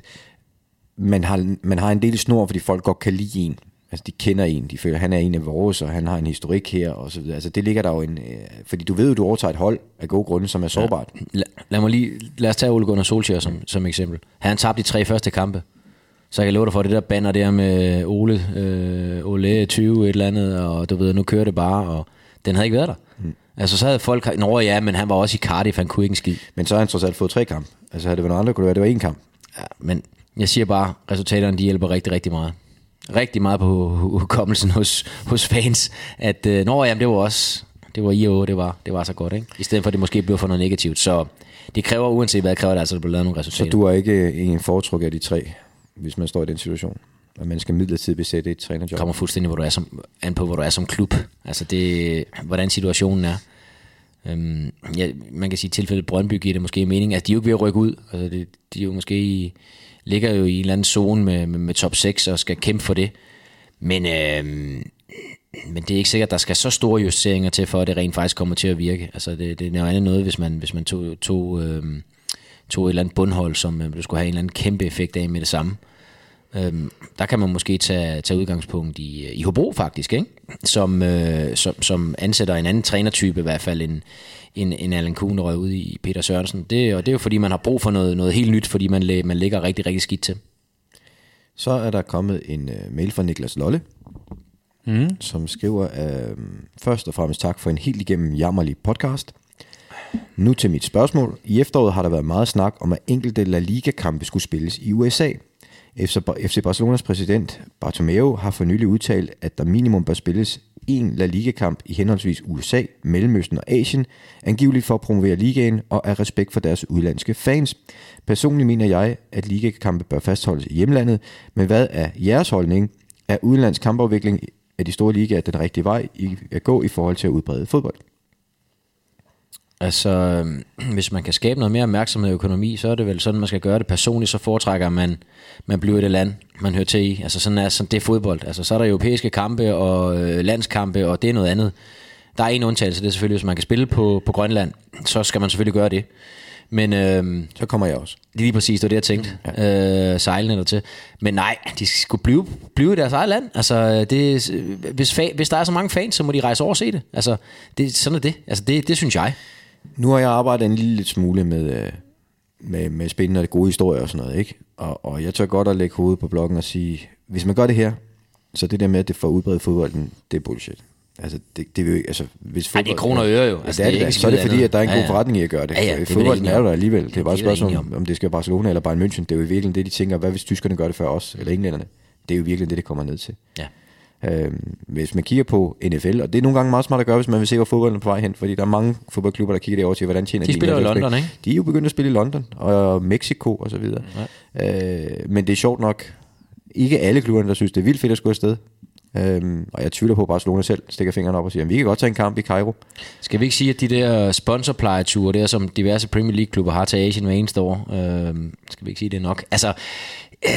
man har, man har en del snor, fordi folk godt kan lide en. Altså de kender en, de føler, han er en af vores, og han har en historik her, og så videre. Altså det ligger der jo en... Øh, fordi du ved jo, du overtager et hold af gode grunde, som er sårbart. Ja. Lad, lad mig lige... Lad os tage Ole Gunnar Solskjaer som, som eksempel. Han tabte de tre første kampe. Så jeg kan love dig for det der banner der med Ole, øh, Ole tyve et eller andet, og du ved, nu kører det bare, og den havde ikke været der. Hmm. Altså så havde folk... Nå ja, men han var også i Cardiff, han kunne ikke en skid. Men så har han trods alt fået tre kampe. Altså havde det været noget andet, kunne det være, det var én kamp. Ja, men jeg siger bare, resultaterne de hjælper rigtig, rigtig meget. Rigtig meget på hukommelsen hos, hos fans, at øh, nå, jamen, det var også, det var I O, det var, det var så godt, ikke? I stedet for, at det måske blev for noget negativt. Så det kræver, uanset hvad det kræver, det altså, at der bliver lavet nogle resultater. Så du er ikke en foretruk af de tre, hvis man står i den situation, at man skal midlertidigt besætte et trænerjob? Det kommer fuldstændig hvor du er som, an på, hvor du er som klub. Altså, det, hvordan situationen er. Øhm, ja, man kan sige, at tilfældet Brøndby giver det måske mening, at de er jo ikke ved at rykke ud. Altså, det, de er jo måske i... ligger jo i en eller anden zone med, med, med top seks og skal kæmpe for det. Men, øh, men det er ikke sikkert, at der skal så store justeringer til, for at det rent faktisk kommer til at virke. Altså det, det er noget andet noget, hvis man, hvis man tog, tog, øh, tog et eller andet bundhold, som øh, du skulle have en eller anden kæmpe effekt af med det samme. Øh, der kan man måske tage, tage udgangspunkt i, i Hobro faktisk, ikke? Som, øh, som, som ansætter en anden trænertype i hvert fald end en, en Allan Kuhn, der røg ud i Peter Sørensen. Det, og det er jo fordi, man har brug for noget, noget helt nyt, fordi man, man ligger rigtig, rigtig skidt til. Så er der kommet en uh, mail fra Niklas Lolle, mm. som skriver, uh, først og fremmest tak for en helt igennem jammerlig podcast. Nu til mit spørgsmål. I efteråret har der været meget snak om, at enkelte La Liga-kampe skulle spilles i U S A. F C Barcelonas præsident Bartomeu har for nylig udtalt, at der minimum bør spilles en La Liga-kamp i henholdsvis U S A, Mellemøsten og Asien, angiveligt for at promovere ligaen og af respekt for deres udlandske fans. Personligt mener jeg, at ligakampe bør fastholdes i hjemlandet, men hvad er jeres holdning? Er udenlands kampafvikling af de store ligaer den rigtige vej at gå i forhold til at udbrede fodbold? Altså, hvis man kan skabe noget mere opmærksomhed i økonomi, så er det vel sådan, man skal gøre det. Personligt så foretrækker man, man bliver i det land, man hører til i. Altså sådan er sådan, det er fodbold. Altså så er der europæiske kampe og øh, landskampe, og det er noget andet. Der er en undtagelse, det er selvfølgelig, hvis man kan spille på, på Grønland, så skal man selvfølgelig gøre det. Men øh, så kommer jeg også. Det er lige præcis, det var det, jeg tænkte. Ja. Øh, sejlene der til. Men nej, de skulle blive, blive i deres eget land. Altså, det, hvis, fa- hvis der er så mange fans, så må de rejse over og se det. Altså, det, sådan er det. Altså, det, det synes jeg. Nu har jeg arbejdet en lille smule med, med, med spændende og gode historier og sådan noget, ikke? Og, og jeg tør godt at lægge hovedet på blokken og sige, hvis man gør det her, Så det der med, at det får udbredt fodbolden, det er bullshit. Altså, det, det vil jo altså, hvis fodbold... Ej, det er kroner og øre jo. Altså, det er det, det så er det fordi, at der er en god ja, ja. forretning i at gøre det. Ja, ja, det fodbolden er jo der alligevel. Det er bare et spørgsmål, om, om det skal være Barcelona eller Bayern München. Det er jo virkelig det, de tænker, hvad hvis tyskerne gør det før os, eller englænderne. Det er jo virkelig det, det kommer ned til. Ja. Øhm, hvis man kigger på N F L, og det er nogle gange meget smart at gøre, hvis man vil se, hvor fodbolden er på vej hen, fordi der er mange fodboldklubber, der kigger derover til, hvordan tjener de. De spiller i London, ikke? De er jo begyndt at spille i London, og Mexico og så videre. Ja. Øh, men det er sjovt nok, ikke alle klubberne, der synes, det er vildt fedt at gå afsted. Øhm, og jeg tvivler på, at Barcelona selv stikker fingrene op og siger, vi kan godt tage en kamp i Cairo. Skal vi ikke sige, at de der sponsorplejeture, der som diverse Premier League klubber har til Asien hver eneste år, øh, skal vi ikke sige, det er nok? Altså, øh,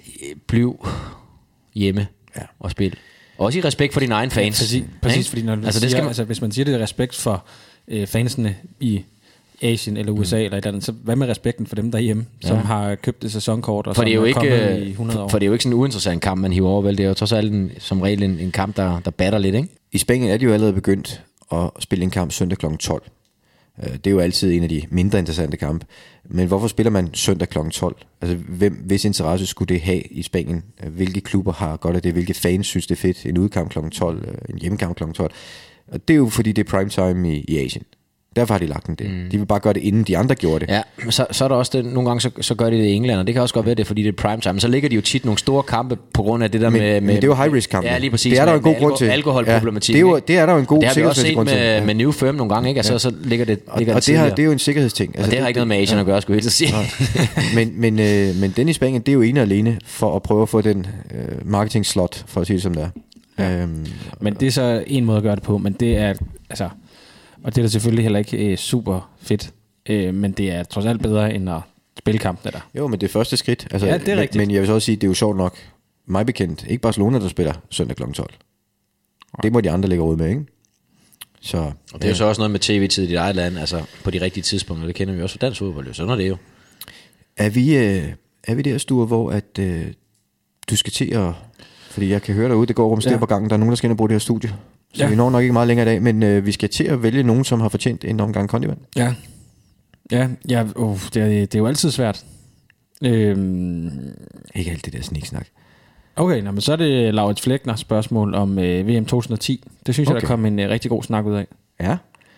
bliv hjemme ja. og spil. Også i respekt for dine egne fans. Ja, præcis, præcis fordi når altså, siger, det skal man... altså, hvis man siger det er respekt for øh, fansene i Asien eller U S A mm. eller et eller andet, så hvad med respekten for dem derhjemme, ja. som har købt et sæsonkort og for som det er jo er ikke, kommet i hundrede år? For det er jo ikke sådan en uinteressant kamp, man hiver over, vel? Det er jo trods alt en, som regel en, en kamp, der, der batter lidt, ikke? I Spanien er de jo allerede begyndt at spille en kamp søndag klokken tolv. Det er jo altid en af de mindre interessante kampe. Men hvorfor spiller man søndag klokken tolv? Altså, hvem, hvis interesse skulle det have i Spanien? Hvilke klubber har godt af det? Hvilke fans synes det er fedt? En udekamp klokken tolv, en hjemmekamp klokken tolv. Og det er jo fordi, det er primetime i, i Asien. Derfor har de lagt den det. Mm. De vil bare gøre det, inden de andre gjorde det. Ja, så, så er der også det, nogle gange så, så gør de det i England, og det kan også godt være det, fordi det er primetime. Men så ligger de jo tit nogle store kampe på grund af det der men, med, med... Men det er jo high-risk-kampe. Ja, lige præcis. Det er der en god alko- grund til. Alkoholproblematik. Ja, det, er jo, det er der jo en god sikkerhedsmæssig grund til. Det har vi også set med, med New Firm nogle gange, ikke? Altså, ja. så ligger det ligger Og, og det, har, det er jo en sikkerhedsting. Altså, og det har ikke noget med Asien ja. at gøre, skulle jeg helt sige. men, men, øh, men den i Spanien, det er jo ene og alene for at prøve at få den øh, marketing-slot, for at sige det som det er. Ja. Øhm, men det er så en måde at gøre det på, men det er... altså og det er da selvfølgelig heller ikke øh, super fedt, øh, men det er trods alt bedre end at spille kampene der. Jo, men det er første skridt. Altså, ja, det er men, rigtigt. Men jeg vil så også sige, det er jo sjovt nok, mig bekendt, ikke Barcelona, der spiller søndag klokken tolv. Ja. Det må de andre lægge råd med, ikke? Så, og det er jo så også noget med tv-tid i dit eget land, altså på de rigtige tidspunkter, det kender vi også fra dansk fodbold, sådan er det jo. Er vi, øh, er vi der, Sture, hvor at, øh, du skal til at... Fordi jeg kan høre derude, det går rumsteder ja. på gangen, der er nogen, der skal ind og bruge det her studie. Så ja. vi når nok ikke meget længere i dag, men øh, vi skal til at vælge nogen, som har fortjent en omgang kondivand. Ja, ja, ja uh, det, er, det er jo altid svært. Øhm... Ikke alt det der sniksnak. Okay, nå, men så er det Laurits Fleckner spørgsmål om øh, V M to tusind og ti. Det synes okay. jeg, der kom en øh, rigtig god snak ud af. Ja.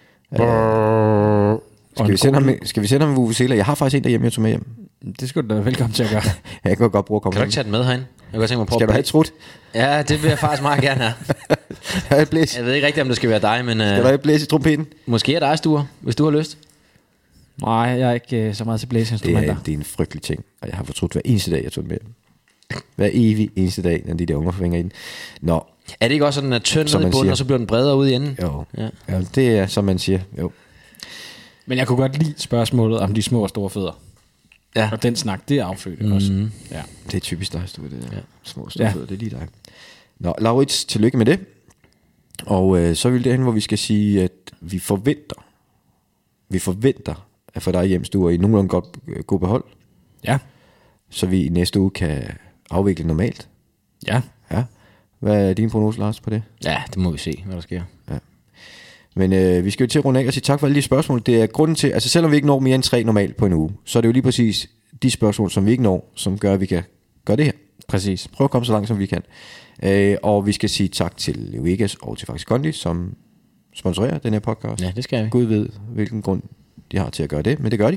Øh, skal, vi sende ham, skal vi sende ham en vuvuzela? Jeg har faktisk en derhjemme, jeg tog med hjem. Det skulle du da velkommen til at gøre. Jeg kan godt bruge at komme. Kan du ikke tage den med herinde? Jeg kan tænke mig at prøve. Skal du have et trut? Ja, det vil jeg faktisk meget gerne have. Jeg, blæs. jeg ved ikke rigtig, om det skal være dig, men... Skal uh, du have blæs i trompeten? Måske er dig, Sture, hvis du har lyst. Nej, jeg er ikke uh, så meget til blæseinstrumenter. Det er, det er en frygtelig ting, og jeg har fortrudt hver eneste dag, jeg tog den med hjem. Hver evig eneste dag, når de der unger forvinger i den. Nå. Er det ikke også sådan, at tynd ned i bunden, siger. Og så bliver den bredere ud i enden? Jo, ja. Ja, det er, som man siger, jo. Men jeg kunne godt lide spørgsmålet om de små og store fødder. Ja. Og den snak, det er affødt mm-hmm. også. Ja. Det er typisk dig, Sture, det der. Ja. Små og store ja. fødder, det er lige dig. Nå, Laurits, tillykke med det. Og øh, så er vi derhen, hvor vi skal sige, at vi forventer, vi forventer at få dig hjem, Sture, i nogenlunde godt, øh, god behold. Ja. Så vi i næste uge kan afvikle normalt. Ja. Ja. Hvad er din prognose, Lars, på det? Ja, det må vi se, hvad der sker. Ja. Men øh, vi skal jo til at runde af og sige tak for alle de spørgsmål. Det er grunden til, altså selvom vi ikke når mere end tre normalt på en uge, så er det jo lige præcis de spørgsmål, som vi ikke når, som gør, at vi kan gøre det her. Præcis. Prøv at komme så langt, som vi kan. Øh, og vi skal sige tak til Leo Vegas og til Faktisk Kondi, som sponsorerer den her podcast. Ja, det skal vi. Gud ved, hvilken grund de har til at gøre det, men det gør de.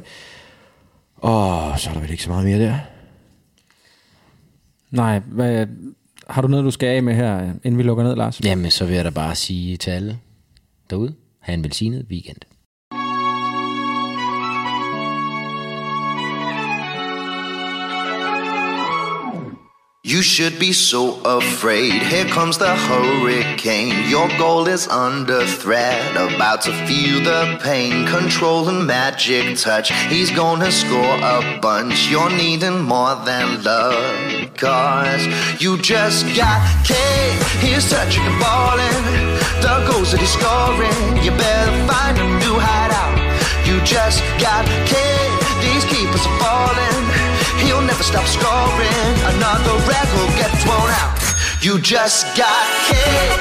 Og så er der vel ikke så meget mere der. Nej, hvad, har du noget, du skal af med her, inden vi lukker ned, Lars? Jamen, så vil jeg da bare sige til alle derude, have en velsignet weekend. You should be so afraid. Here comes the hurricane. Your goal is under threat. About to feel the pain. Control and magic touch. He's gonna score a bunch. You're needing more than love. Cause you just got K. He's touching and balling. The goals that he's scoring. You better find a new hideout. You just got K. These keepers are falling. He'll never stop scoring. Another record gets thrown out. You just got kicked.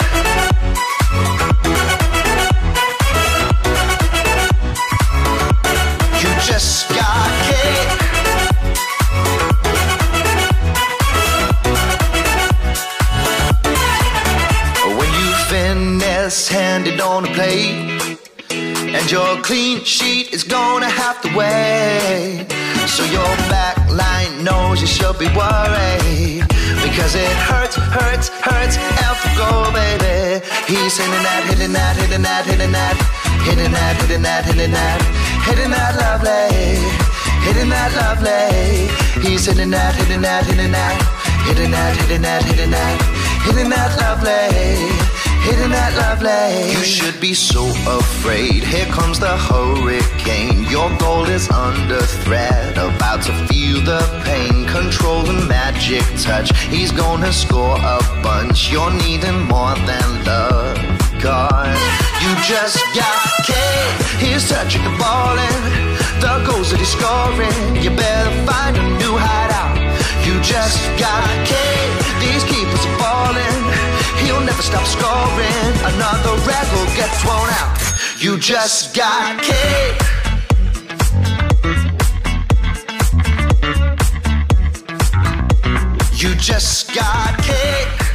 You just got kicked. and your clean sheet is gonna have to wait. So your back line knows you should be worried, because it hurts, hurts, hurts, Alpha go, baby. He's hitting that, hitting that, hitting that, hitting that, hitting that, hitting that, hitting that, hitting that lovely, hitting that lovely. He's hitting that, hitting that, hitting that, hitting that, hitting that, hitting that, hitting that lovely. Hitting that lovely. You should be so afraid. Here comes the hurricane. Your goal is under threat, about to feel the pain. Control the magic touch. He's gonna score a bunch. You're needing more than love, cause you just got K. He's touching the ball and the goals that he's scoring. You better find a new hideout. You just got K. These keepers are balling. He'll never stop scoring. Another record gets thrown out. You just got K. You just got K.